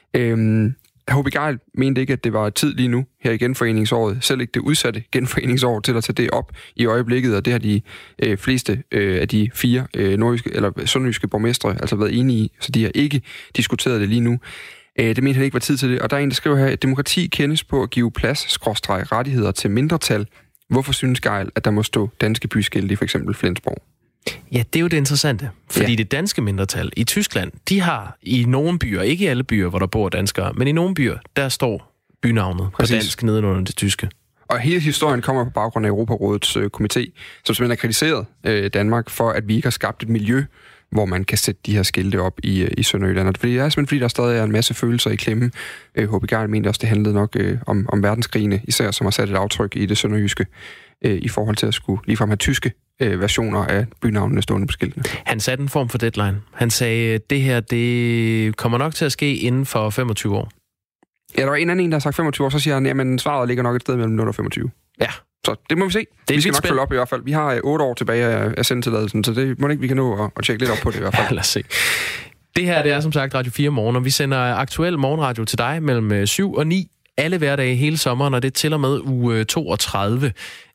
S2: H.B. Geil mente ikke, at det var tid lige nu her i genforeningsåret, selv ikke det udsatte genforeningsår, til at tage det op i øjeblikket, og det har de fleste af de 4 nordjyske eller sønderjyske borgmestre altså været enige i, så de har ikke diskuteret det lige nu. Det mente han ikke var tid til det, og der er en, der skriver her, at demokrati kendes på at give plads/rettigheder til mindretal. Hvorfor synes Geil, at der må stå danske byskilte i for eksempel Flensborg?
S1: Ja, det er jo det interessante, fordi det danske mindretal i Tyskland, de har i nogle byer, ikke i alle byer, hvor der bor danskere, men i nogle byer, der står bynavnet på dansk nedenunder det tyske.
S2: Og hele historien kommer på baggrund af Europarådets komité, som simpelthen har kritiseret Danmark for, at vi ikke har skabt et miljø, hvor man kan sætte de her skilte op i Sønderjylland. Og det er simpelthen, fordi der stadig er en masse følelser i klemme. H.B. Geil mente også, det handlede nok om verdenskrigene, især som har sat et aftryk i det sønderjyske, i forhold til at skulle ligefrem have tyske versioner af bynavnene stående på skiltene.
S1: Han satte en form for deadline. Han sagde, det her, det kommer nok til at ske inden for 25 år.
S2: Ja, der var en anden, der har sagt 25 år, så siger han, jamen svaret ligger nok et sted mellem 0 og 25.
S1: Ja.
S2: Så det må vi se. Vi skal nok følge op i hvert fald. Vi har 8 år tilbage af sendetilladelsen, så det må ikke, vi kan nå at tjekke lidt op på det i hvert fald.
S1: Lad os se. Det her, det er som sagt Radio 4 Morgen, og vi sender aktuel morgenradio til dig mellem 7 og 9 alle hverdage hele sommeren, og det tæller med uge 32.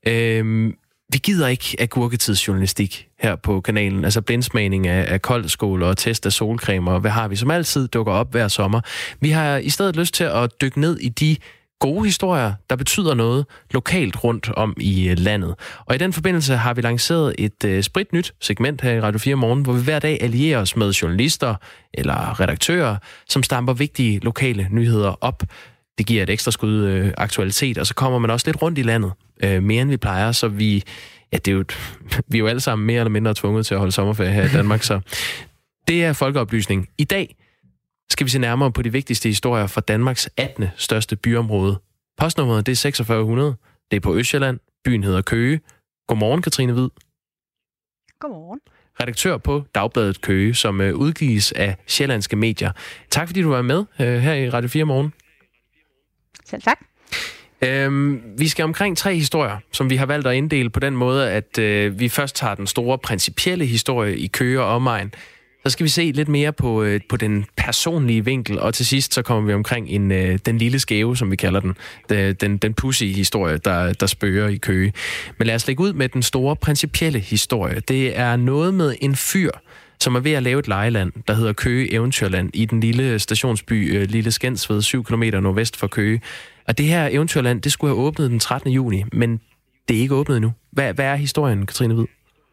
S1: Vi gider ikke agurketidsjournalistik her på kanalen, altså blindsmagning af koldskål og test af solcreme, og hvad har vi, som altid dukker op hver sommer. Vi har i stedet lyst til at dykke ned i de gode historier, der betyder noget lokalt rundt om i landet. Og i den forbindelse har vi lanceret et spritnyt segment her i Radio 4 Morgen, hvor vi hver dag allierer os med journalister eller redaktører, som stamper vigtige lokale nyheder op. Det giver et ekstra skud aktualitet, og så kommer man også lidt rundt i landet, mere end vi plejer, så vi er jo alle sammen mere eller mindre tvunget til at holde sommerferie her i Danmark, så det er folkeoplysning. I dag skal vi se nærmere på de vigtigste historier fra Danmarks 18. største byområde. Postnummeret, det er 4600. Det er på Østjylland. Byen hedder Køge. Godmorgen, Katrine Hvid.
S9: Godmorgen.
S1: Redaktør på Dagbladet Køge, som udgives af Sjællandske Medier. Tak fordi du var med her i Radio 4 Morgen.
S9: Selv tak.
S1: Vi skal omkring 3 historier, som vi har valgt at inddele på den måde, at vi først tager den store principielle historie i Køge og omegn. Så skal vi se lidt mere på den personlige vinkel, og til sidst så kommer vi omkring den lille skæve, som vi kalder den pussy historie, der spøger i Køge. Men lad os lægge ud med den store principielle historie. Det er noget med en fyr, som er ved at lave et lejeland, der hedder Køge Eventyrland, i den lille stationsby Lille Skensved, 7 km nordvest for Køge. Og det her eventyrland, det skulle have åbnet den 13. juni, men det er ikke åbnet endnu. Hvad er historien, Katrine Hvid?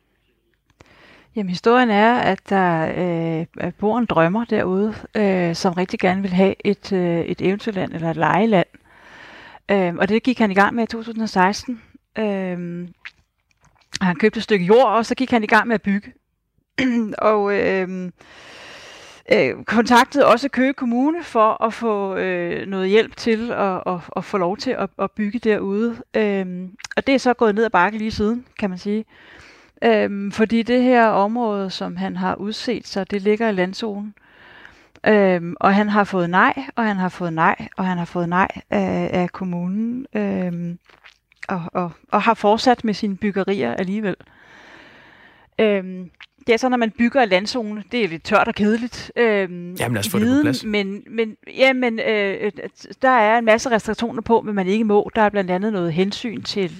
S9: Jamen, historien er, at der bor en drømmer derude, som rigtig gerne vil have et eventyrland eller et lejeland. Og det gik han i gang med i 2016. Han købte et stykke jord, og så gik han i gang med at bygge. Og kontaktede også Køge Kommune for at få noget hjælp til at få lov til at bygge derude. Og det er så gået ned ad bakke lige siden, kan man sige. Fordi det her område, som han har udset sig, det ligger i landzonen. Og han har fået nej, og han har fået nej, og han har fået nej af kommunen. Og har fortsat med sine byggerier alligevel. Det er så, når man bygger i landzonen, det er lidt tørt og kedeligt.
S1: Jamen lad os få det på plads.
S9: Men der er en masse restriktioner på, men man ikke må. Der er blandt andet noget hensyn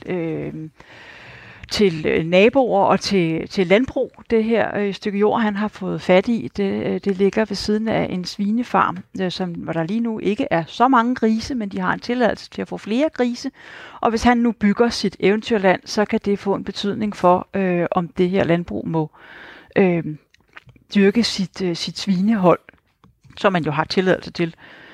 S9: til naboer og til landbrug. Det her stykke jord, han har fået fat i, det ligger ved siden af en svinefarm, hvor der lige nu ikke er så mange grise, men de har en tilladelse til at få flere grise. Og hvis han nu bygger sit eventyrland, så kan det få en betydning for, om det her landbrug må dyrke sit svinehold, som man jo har tilladelse til.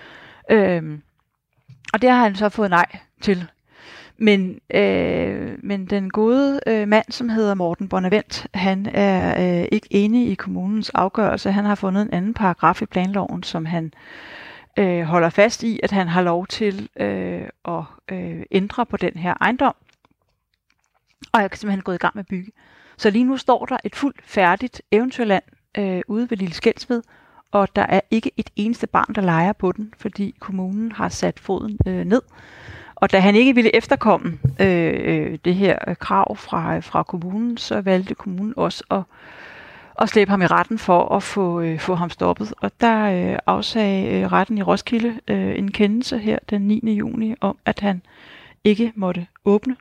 S9: Og det har han så fået nej til. Men den gode mand, som hedder Morten Bonavent, han er ikke enig i kommunens afgørelse. Han har fundet en anden paragraf i planloven, som han holder fast i, at han har lov til at ændre på den her ejendom. Og jeg er simpelthen gået i gang med at bygge. Så lige nu står der et fuldt færdigt eventyrland ude ved Lille Skelsved, og der er ikke et eneste barn, der leger på den, fordi kommunen har sat foden ned. Og da han ikke ville efterkomme det her krav fra kommunen, så valgte kommunen også at slæbe ham i retten for at få ham stoppet. Og der afsagde retten i Roskilde en kendelse her den 9. juni om, at han ikke måtte åbne.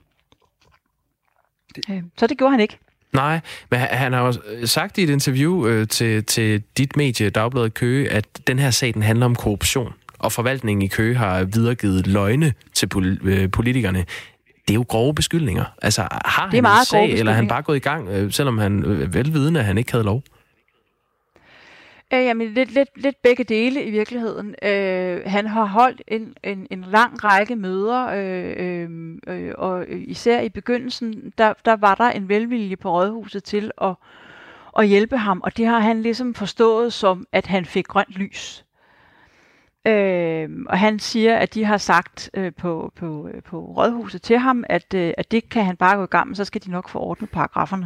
S9: Så det gjorde han ikke.
S1: Nej, men han har jo sagt i et interview til dit medie, Dagbladet Køge, at den her sag, den handler om korruption, og forvaltningen i Køge har videregivet løgne til politikerne. Det er jo grove beskyldninger. Altså, har han en sag, eller er han bare gået i gang, selvom han velvidende, at han ikke havde lov?
S9: Jamen, lidt begge dele i virkeligheden. Han har holdt en lang række møder, og især i begyndelsen, der var der en velvilje på rådhuset til at hjælpe ham, og det har han ligesom forstået som, at han fik grønt lys. Og han siger, at de har sagt på rådhuset til ham, at det kan han bare gå i gang med, så skal de nok få ordnet paragraferne.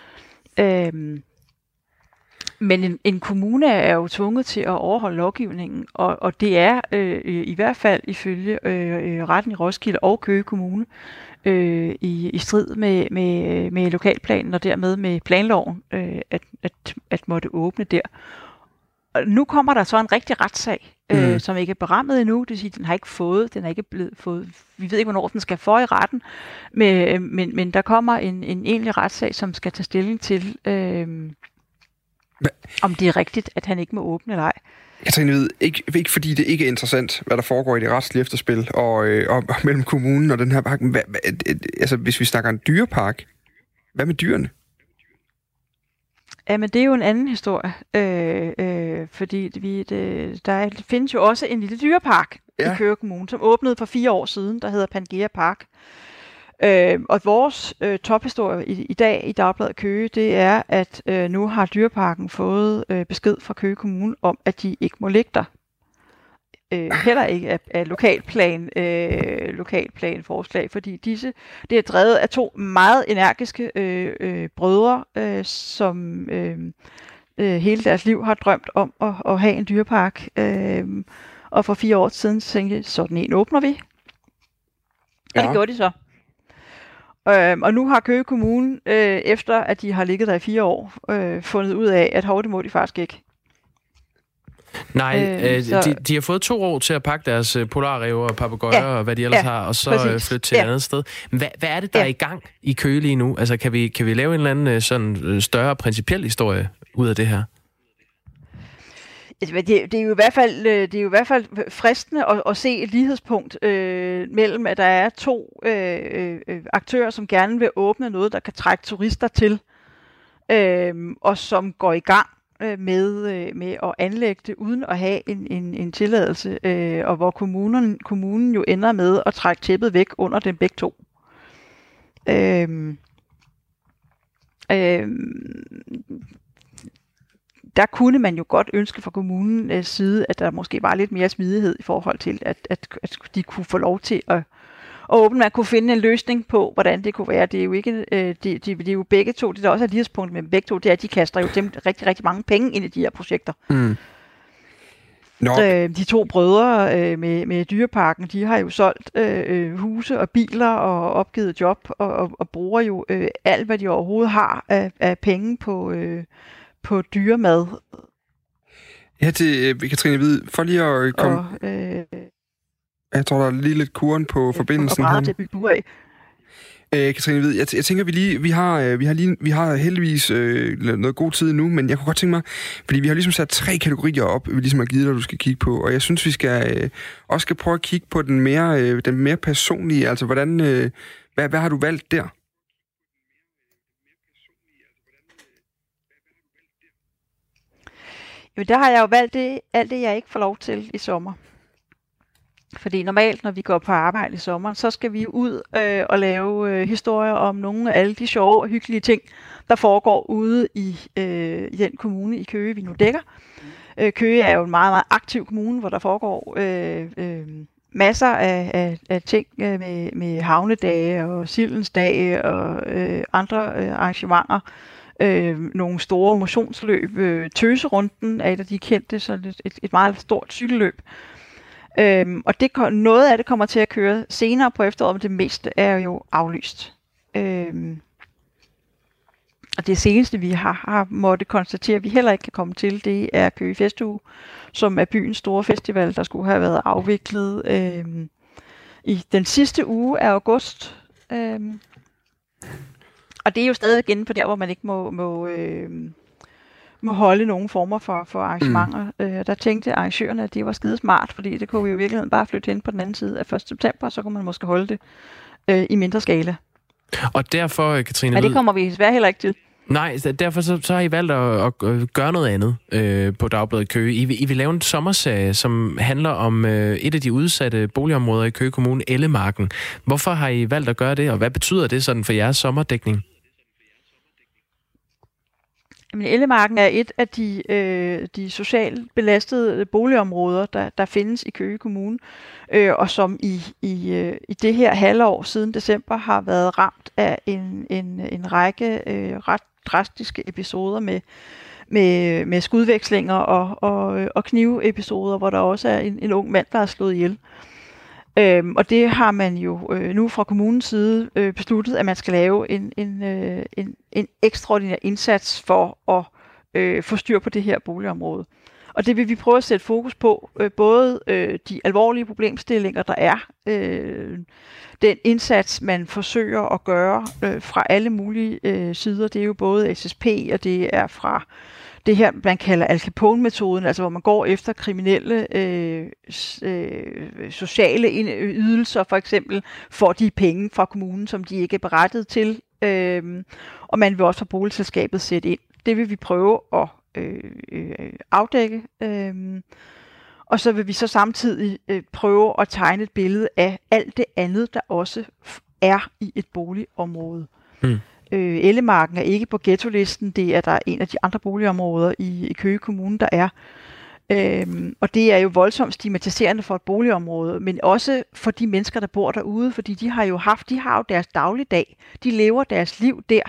S9: Men en kommune er jo tvunget til at overholde lovgivningen, og det er i hvert fald ifølge retten i Roskilde og Køge Kommune i strid med lokalplanen og dermed med planloven at måtte åbne der. Og nu kommer der så en rigtig retssag, som ikke er berammet endnu. Det vil sige, den har ikke blevet fået. Vi ved ikke, hvornår den skal få i retten, men der kommer en egentlig retssag, som skal tage stilling til, om det er rigtigt, at han ikke må åbne eller ej.
S2: Katrine Hvid, ikke fordi det ikke er interessant, hvad der foregår i det retslige efterspil og mellem kommunen og den her park. Altså, hvis vi snakker en dyrepark, hvad med dyrene?
S9: Ja, men det er jo en anden historie, fordi der findes jo også en lille dyrepark i Køge Kommune, som åbnede for 4 år siden, der hedder Pangea Park. Og vores tophistorie i dag i Dagbladet Køge, det er, at nu har dyreparken fået besked fra Køge Kommune om, at de ikke må ligge der. Heller ikke af lokalplanforslag, fordi det er drevet af 2 meget energiske brødre, som hele deres liv har drømt om at have en dyrepark. Og for 4 år siden tænkte jeg, sådan en åbner vi. Og det gjorde de så. Og nu har Køge Kommune, efter at de har ligget der i 4 år, fundet ud af, at det må de faktisk ikke.
S1: Nej, de har fået 2 år til at pakke deres polarræver og papegøjer og hvad de ellers har, og så flytte til et andet sted. Hvad er det, der er i gang i Køge lige nu? Altså, kan vi lave en eller anden sådan større principiel historie ud af det her?
S9: Det er jo i hvert fald fristende at se et lighedspunkt mellem, at der er 2 aktører, som gerne vil åbne noget, der kan trække turister til, og som går i gang med at anlægge det uden at have en tilladelse, og hvor kommunen jo ender med at trække tæppet væk under dem begge 2. Der kunne man jo godt ønske fra kommunens side, at der måske var lidt mere smidighed i forhold til, at de kunne få lov til at åbne. Man kunne finde en løsning på, hvordan det kunne være. Det er jo ikke, det er jo begge 2. Det der også er lighedspunkt med begge 2, det er, at de kaster jo rigtig, rigtig mange penge ind i de her projekter. De 2 brødre med dyreparken, de har jo solgt huse og biler og opgivet job og bruger jo alt, hvad de overhovedet har af penge på dyremad.
S2: Ja, til Katrine Hvid, for lige at komme... jeg tror, der er lige lidt kuren på forbindelsen her.
S9: Til at bygge buer af.
S2: Katrine Hvid, jeg tænker, vi har heldigvis noget god tid nu, men jeg kunne godt tænke mig, fordi vi har ligesom sat 3 kategorier op, vi ligesom har givet dig, du skal kigge på, og jeg synes, vi også skal prøve at kigge på den mere personlige, altså hvordan, hvad har du valgt der?
S9: Der har jeg jo valgt alt det, jeg ikke får lov til i sommer. Fordi normalt, når vi går på arbejde i sommeren, så skal vi ud og lave historier om nogle af alle de sjove og hyggelige ting, der foregår ude i den kommune i Køge, vi nu dækker. Køge er jo en meget, meget aktiv kommune, hvor der foregår masser af ting med havnedage og sildens dage og andre arrangementer. Nogle store motionsløb. Tøserunden er et af de kendte, så et meget stort cykelløb. Og noget af det kommer til at køre senere på efteråret, men det meste er jo aflyst. Og det seneste, vi har måttet konstatere, at vi heller ikke kan komme til, det er Køge Festuge, som er byens store festival, der skulle have været afviklet i den sidste uge af august. Og det er jo stadig inde på der, hvor man ikke må holde nogle former for arrangementer. Der tænkte arrangørerne, at det var skide smart, fordi det kunne vi jo i virkeligheden bare flytte hen på den anden side af 1. september, så kunne man måske holde det i mindre skala. Og
S1: derfor, Katrine...
S9: Men det kommer vi desværre heller ikke til.
S1: Nej, derfor så har I valgt at gøre noget andet på Dagbladet Køge. I vil lave en sommerserie, som handler om et af de udsatte boligområder i Køge Kommune, Ellemarken. Hvorfor har I valgt at gøre det, og hvad betyder det sådan for jeres sommerdækning?
S9: Jamen, Ellemarken er et af de socialt belastede boligområder, der findes i Køge Kommune, og som i det her halvår siden december har været ramt af en række ret drastiske episoder med skudvekslinger og knivepisoder, hvor der også er en ung mand, der er slået ihjel. Og det har man jo nu fra kommunens side besluttet, at man skal lave en ekstraordinær indsats for at få styr på det her boligområde. Og det vil vi prøve at sætte fokus på, både de alvorlige problemstillinger, der er, den indsats, man forsøger at gøre fra alle mulige sider. Det er jo både SSP, og det er fra det her, man kalder Al Capone-metoden, altså hvor man går efter kriminelle sociale ydelser, for eksempel, for de penge fra kommunen, som de ikke er berettiget til, og man vil også fra boligselskabet sætte ind. Det vil vi prøve at afdække, og så vil vi så samtidig prøve at tegne et billede af alt det andet, der også er i et boligområde. Ellemarken er ikke på ghettolisten, det er der en af de andre boligområder i Køge Kommune, der er. Og det er jo voldsomt stigmatiserende for et boligområde, men også for de mennesker, der bor derude, fordi de har jo deres dagligdag, de lever deres liv der.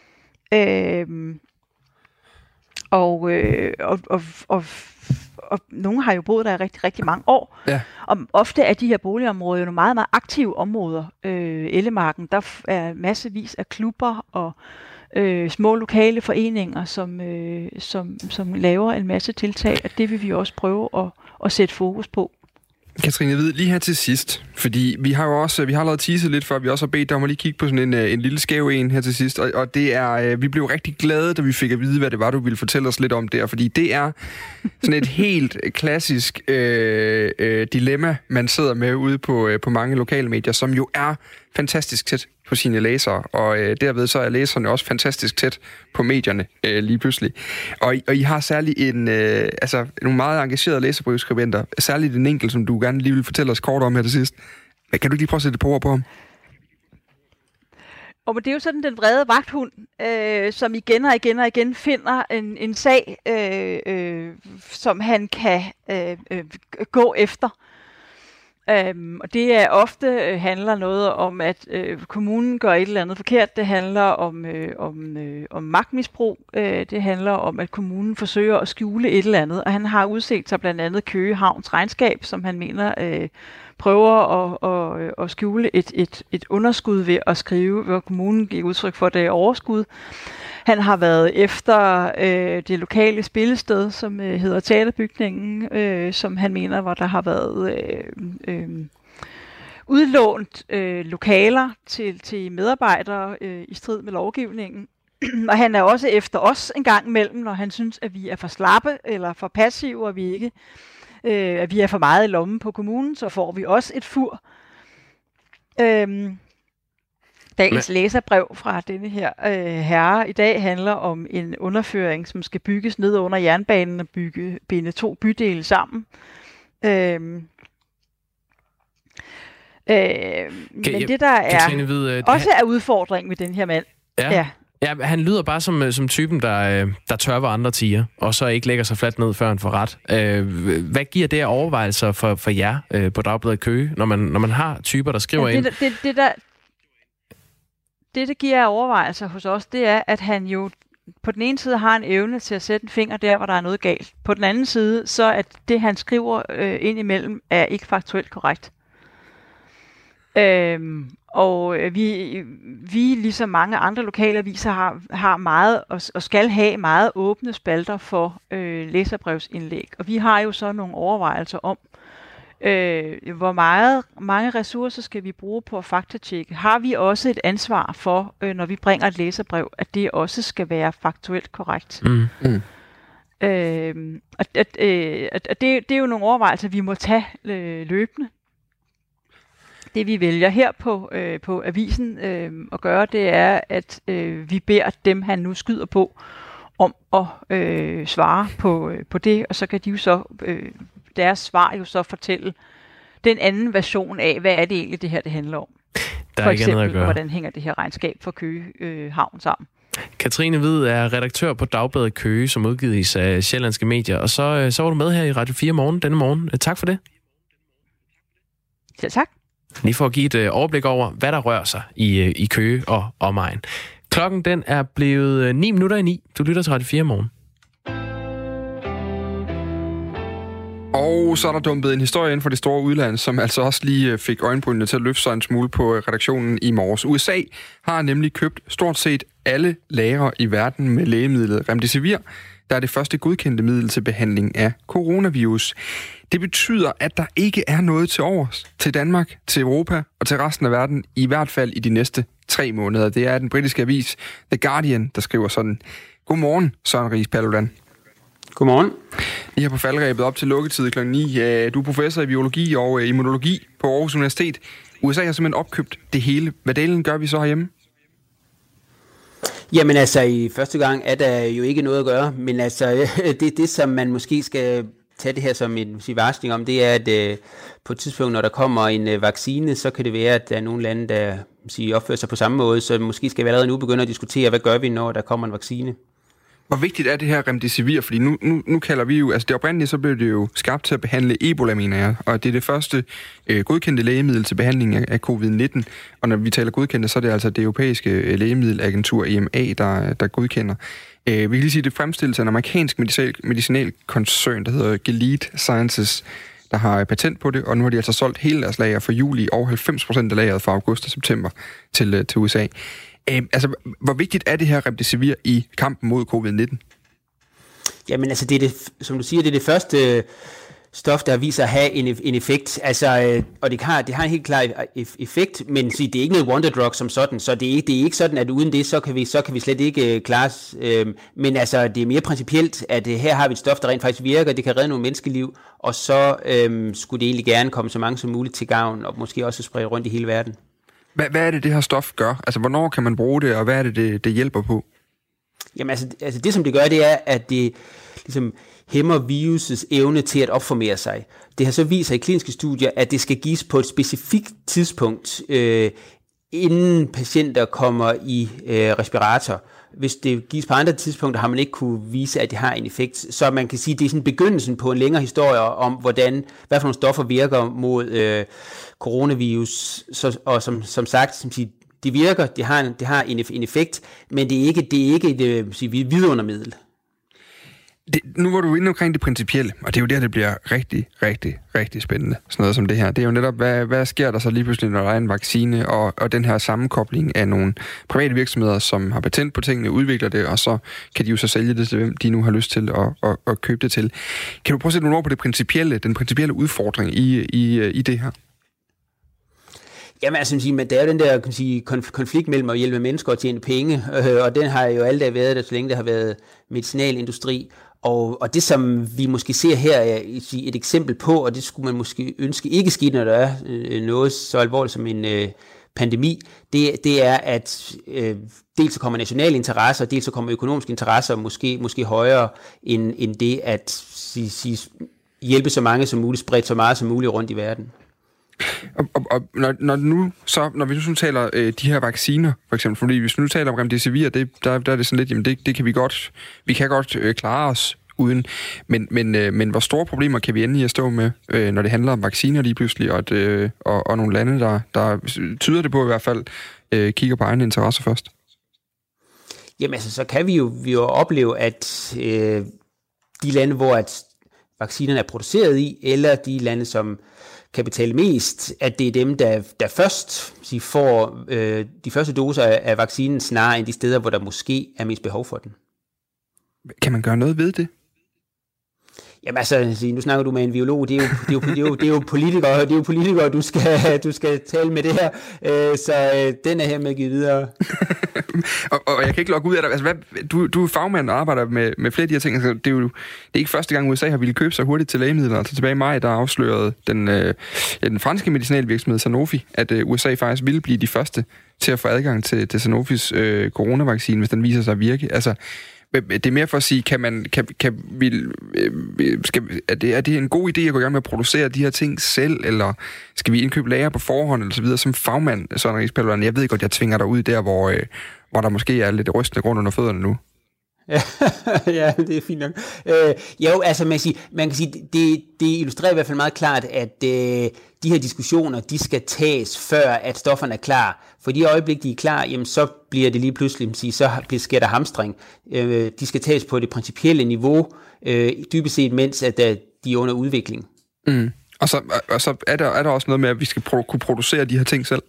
S9: Og nogle har jo boet der i rigtig, rigtig mange år. Ja. Og ofte er de her boligområder jo nogle meget, meget aktive områder. Ellemarken, der er massevis af klubber og små lokale foreninger, som laver en masse tiltag, og det vil vi også prøve at sætte fokus på.
S2: Katrine, jeg ved lige her til sidst, fordi vi har allerede teaset lidt før, vi også har bedt dig om at lige kigge på sådan en lille skæv en her til sidst, og det er, vi blev rigtig glade, da vi fik at vide, hvad det var, du ville fortælle os lidt om der, fordi det er sådan et helt klassisk dilemma, man sidder med ude på mange lokale medier, som jo er fantastisk tæt på sine læsere, og derved så er læserne også fantastisk tæt på medierne lige pludselig. Og I har særligt nogle meget engagerede læserbrevsskribenter, særligt en enkelt, som du gerne lige vil fortælle os kort om her til sidst. Kan du ikke lige prøve at sætte et par ord på ham?
S9: Og det er jo sådan den vrede vagthund, som igen og igen og igen finder en sag, som han kan gå efter. Og det er ofte handler noget om, at kommunen gør et eller andet forkert. Det handler om magtmisbrug. Det handler om, at kommunen forsøger at skjule et eller andet. Og han har udset sig blandt andet Køge Havns regnskab, som han mener prøver at skjule et underskud ved at skrive, hvor kommunen gik udtryk for det overskud. Han har været efter det lokale spillested, som hedder Teaterbygningen, som han mener, hvor der har været udlånt lokaler til medarbejdere i strid med lovgivningen. Og han er også efter os en gang imellem, når han synes, at vi er for slappe eller for passive, og at vi er for meget i lommen på kommunen, så får vi også et fur. Dagens læserbrev fra denne her herre i dag handler om en underføring, som skal bygges ned under jernbanen og binde 2 bydele sammen. Men det, der er også er udfordring med den her mand.
S1: Ja, han lyder bare som typen, der tørver andre tiger, og så ikke lægger sig fladt ned, før han får ret. Hvad giver det af overvejelser for jer på Dagbladet Køge, når man har typer, der skriver ind?
S9: Det, der giver af overvejelser hos os, det er, at han jo på den ene side har en evne til at sætte en finger der, hvor der er noget galt. På den anden side, så at det, han skriver ind imellem, er ikke faktuelt korrekt. Og vi ligesom mange andre lokale aviser har meget og skal have meget åbne spalter for læserbrevsindlæg. Og vi har jo så nogle overvejelser om, hvor mange ressourcer skal vi bruge på at faktatjekke. Har vi også et ansvar for, når vi bringer et læserbrev, at det også skal være faktuelt korrekt? Det er jo nogle overvejelser, vi må tage løbende. Det vi vælger her på avisen at gøre, det er, at vi beder dem, han nu skyder på, om at svare på det, og så kan de jo så, deres svar jo så fortælle den anden version af, hvad er det egentlig, det her det handler om. For eksempel, hvordan hænger det her regnskab for Køge Havn sammen.
S1: Katrine Hvid er redaktør på Dagbladet Køge, som udgives af Sjællandske Medier, og så var du med her i Radio 4 morgen denne morgen. Tak for det.
S9: Selv tak.
S1: Lige for at give et overblik over, hvad der rører sig i Køge og omegn. Klokken den er blevet 9:09. Du lytter til Radio 4 morgen.
S2: Og så er der dumpet en historie inden for det store udland, som altså også lige fik øjenbrynene til at løfte sig en smule på redaktionen i morges. USA har nemlig købt stort set alle lagre i verden med lægemidlet Remdesivir, der er det første godkendte middel til behandling af coronavirus. Det betyder, at der ikke er noget til overs til Danmark, til Europa og til resten af verden, i hvert fald i de næste 3 måneder. Det er den britiske avis The Guardian, der skriver sådan. Godmorgen, Søren Riis Paludan.
S10: Godmorgen.
S2: I er på faldrebet op til lukketid kl. 9. Du er professor i biologi og immunologi på Aarhus Universitet. USA har simpelthen opkøbt det hele. Hvad delen gør vi så herhjemme?
S10: Jamen altså, i første gang er der jo ikke noget at gøre, men altså, det som man måske skal tage det her som en varsling om, det er, at på et tidspunkt, når der kommer en vaccine, så kan det være, at der er nogle lande, der opfører sig på samme måde, så måske skal vi allerede nu begynde at diskutere, hvad gør vi, når der kommer en vaccine.
S2: Hvor vigtigt er det her Remdesivir? Fordi nu kalder vi jo, altså det oprindelige, så blev det jo skabt til at behandle Ebola, mener jeg, og det er det første godkendte lægemiddel til behandling af covid-19, og når vi taler godkendte, så er det altså det europæiske lægemiddelagentur EMA, der godkender. Vi kan lige sige, at det fremstilles af en amerikansk medicinalkoncern, der hedder Gilead Sciences, der har patent på det, og nu har de altså solgt hele deres lager for juli og 90% af lageret fra august og september til USA. Altså, hvor vigtigt er det her Remdesivir i kampen mod covid-19?
S10: Jamen altså, det er det, som du siger, det er det første stof, der viser at have en effekt. Altså, og det har en helt klar effekt, men det er ikke noget wonder drug som sådan, så det er ikke sådan, at uden det, så kan vi slet ikke klare os. Men altså, det er mere principielt, at her har vi et stof, der rent faktisk virker, det kan redde nogle menneskeliv, og så skulle det egentlig gerne komme så mange som muligt til gavn, og måske også sprede rundt i hele verden.
S2: Hvad er det her stof gør? Altså, hvornår kan man bruge det, og hvad er det hjælper på?
S10: Jamen, altså det, som det gør, det er, at det ligesom hæmmer virusets evne til at opformere sig. Det har så vist sig i kliniske studier, at det skal gives på et specifikt tidspunkt, inden patienter kommer i respirator. Hvis det gives på andre tidspunkter, har man ikke kunne vise, at det har en effekt. Så man kan sige, at det er sådan begyndelsen på en længere historie om, hvad for nogle stoffer virker mod coronavirus. Og som sagt, det virker, det har en effekt, men det er ikke et vidundermiddel.
S2: Nu var du inde omkring det principielle, og det er jo der, det bliver rigtig, rigtig, rigtig spændende. Sådan noget som det her. Det er jo netop, hvad sker der så lige pludselig, når der er en vaccine, og den her sammenkobling af nogle private virksomheder, som har patent på tingene, udvikler det, og så kan de jo så sælge det til hvem de nu har lyst til at købe det til. Kan du prøve at sætte nogle ord på den principielle udfordring i det her?
S10: Jamen altså, der er jo den der konflikt mellem at hjælpe mennesker og tjene penge, og den har jo altid været der, så længe der har været medicinalindustri. Og det, som vi måske ser her, er et eksempel på, og det skulle man måske ønske ikke ske, når der er noget så alvorligt som en pandemi, det er, at dels så kommer nationale interesser, dels så kommer økonomiske interesser måske højere end det at hjælpe så mange som muligt, spredt så meget som muligt rundt i verden.
S2: Og når vi nu taler de her vacciner, for eksempel, fordi hvis vi nu taler om remdesivir, der er det sådan lidt, jamen det kan vi kan godt klare os uden, men hvor store problemer kan vi ende i at stå med, når det handler om vacciner lige pludselig, og nogle lande, der tyder det på i hvert fald, kigger på egne interesser først?
S10: Jamen altså, så kan vi jo opleve, at de lande, hvor at vaccinerne er produceret i, eller de lande, som kan betale mest, at det er dem, der først får de første doser af vaccinen, snarere end de steder, hvor der måske er mest behov for den.
S2: Kan man gøre noget ved det?
S10: Jamen altså, nu snakker du med en biolog, det er jo politikere, du skal tale med det her, så den er her med at give videre.
S2: og jeg kan ikke logge ud af dig. Altså, du er fagmand og arbejder med flere af de her ting. Altså, det er ikke første gang, USA har ville købe sig hurtigt til lægemidler. Altså tilbage i maj, der afslørede den franske medicinalvirksomhed Sanofi, at USA faktisk ville blive de første til at få adgang til Sanofis coronavaccine, hvis den viser sig at virke. Altså, det er mere for at sige, er det en god idé at gå i gang med at producere de her ting selv, eller skal vi indkøbe lager på forhånd, eller så videre, som fagmand, Søren Riis Paludan? Jeg ved godt, jeg tvinger dig ud der, hvor der måske er lidt rystende grund under fødderne nu.
S10: Ja, det er fint nok. Jo, altså man kan sige, det illustrerer i hvert fald meget klart, at de her diskussioner, de skal tages før, at stofferne er klar. For de øjeblik, de er klar, jamen så bliver det lige pludselig, så sker der hamstring. De skal tages på det principielle niveau, dybest set, mens at de er under udvikling.
S2: Mm. Og så er der også noget med, at vi skal kunne producere de her ting selv.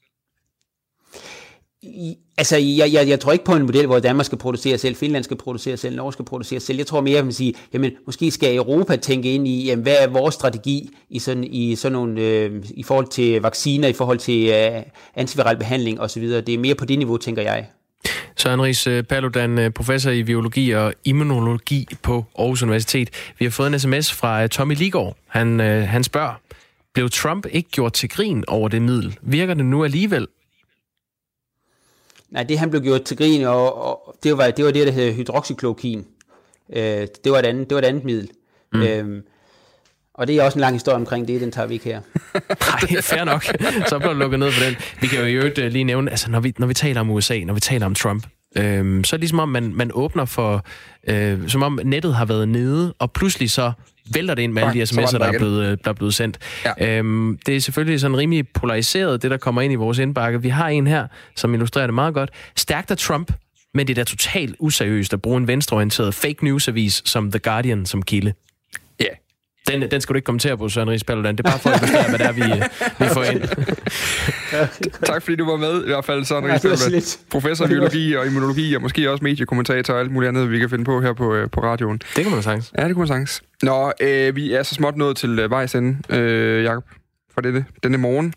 S10: Altså, jeg tror ikke på en model, hvor Danmark skal producere selv, Finland skal producere selv, Norge skal producere selv. Jeg tror mere, at man siger, jamen, måske skal Europa tænke ind i, jamen, hvad er vores strategi i sådan nogle, i forhold til vacciner, i forhold til antiviral behandling osv. Det er mere på det niveau, tænker jeg.
S1: Søren Riis Paludan, professor i biologi og immunologi på Aarhus Universitet. Vi har fået en sms fra Tommy Ligård. Han spørger, blev Trump ikke gjort til grin over det middel? Virker det nu alligevel?
S10: Nej, det han blev gjort til grin, og det var det, der hedder hydroxychloroquin. Det var et andet middel. Og det er også en lang historie omkring det, den tager vi ikke her.
S1: Nej, fair nok. Så bliver lukket ned for den. Vi kan jo i øvrigt lige nævne, altså når vi taler om USA, når vi taler om Trump, så er det ligesom om, man åbner for, som om nettet har været nede, og pludselig så vælter det ind med alle de sms'er, der er blevet sendt. Ja. Det er selvfølgelig sådan rimelig polariseret, det der kommer ind i vores indbakke. Vi har en her, som illustrerer det meget godt. Stærkt af Trump, men det er da totalt useriøst at bruge en venstreorienteret fake news-avis som The Guardian som kilde. Ja. Yeah. Den skal du ikke kommentere på, Søren Riis Paludan. Det er bare for at illustrere, hvad det er, vi får ind.
S2: Tak fordi du var med, i hvert fald, Søren Riis Paludan. Professor i biologi og immunologi, og måske også mediekommentator og alt muligt andet, vi kan finde på her på radioen.
S1: Det kan man da sagtens.
S2: Ja, det kunne man sagtens. Nå, vi er så småt nået til vejs ende, Jacob, for denne morgen.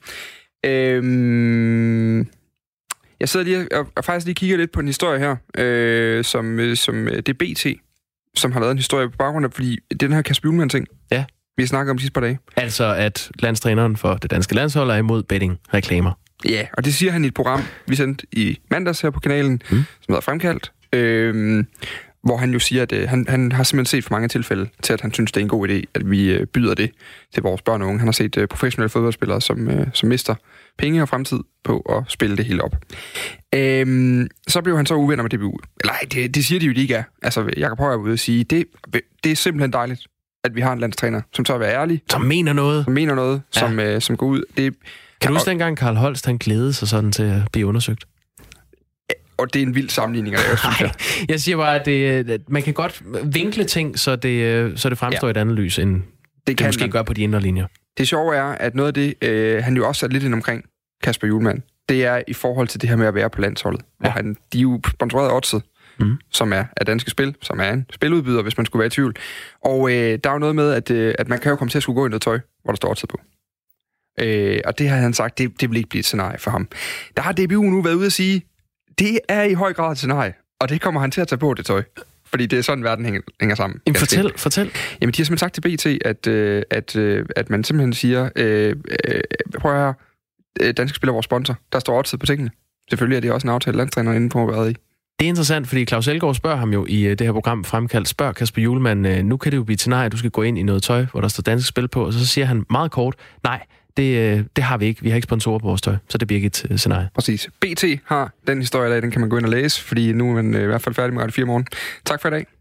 S2: Jeg sidder lige og faktisk lige kigger lidt på en historie her, som det er BT, som har lavet en historie på baggrund af, fordi den her Kasper Hjulmand-ting,
S1: ja,
S2: vi har snakket om de sidste par dage.
S1: Altså, at landstræneren for det danske landshold er imod betting-reklamer.
S2: Ja, og det siger han i et program, vi sendte i mandags her på kanalen, som hedder Fremkaldt, hvor han jo siger, at han har simpelthen set for mange tilfælde til, at han synes, det er en god idé, at vi byder det til vores børn og unge. Han har set professionelle fodboldspillere, som mister penge og fremtid på at spille det hele op. Så blev han så uvenner med DBU. Eller nej, det siger de jo ikke er. Altså, Jacob Højer er ude at sige, det er simpelthen dejligt, at vi har en landstræner, som tør at være ærlig.
S1: Som mener noget.
S2: Ja. Som går ud.
S1: Kan du huske dengang, Karl Holst, han glædede sig sådan til at blive undersøgt?
S2: Og det er en vild sammenligning, jeg synes.
S1: Jeg siger bare, at man kan godt vinkle ting, så det fremstår i et andet lys, end det måske gør på de indre linjer. Det
S2: sjove er, at noget af det, han jo også sat lidt ind omkring Kasper Hjulmand, det er i forhold til det her med at være på landsholdet. Ja. Hvor de er jo sponsoreret af Odset, som er Danske Spil, som er en spiludbyder, hvis man skulle være i tvivl. Og der er jo noget med, at man kan jo komme til at skulle gå i noget tøj, hvor der står Odset på. Og det har han sagt, det vil ikke blive et scenarie for ham. Der har DBU nu været ude at sige, det er i høj grad et scenarie, og det kommer han til at tage på, det tøj. Fordi det er sådan, verden hænger sammen.
S1: Jamen, fortæl.
S2: Jamen, de har simpelthen sagt til BT, at man simpelthen siger, prøv at høre, Danske Spil er vores sponsor. Der står odds på tingene. Selvfølgelig er det også en aftale, landstræneren inde på har været i.
S1: Det er interessant, fordi Claus Elgaard spørger ham jo i det her program fremkaldt Spørg Kasper Hjulmand, nu kan det jo blive et scenarie, at du skal gå ind i noget tøj, hvor der står Dansk Spil på, og så siger han meget kort, nej, det har vi ikke. Vi har ikke sponsorer på vores tøj, så det bliver ikke et scenarie.
S2: Præcis. BT har den historie i dag, den kan man gå ind og læse, fordi nu er man i hvert fald færdig med Radio 4 morgen. Tak for i dag.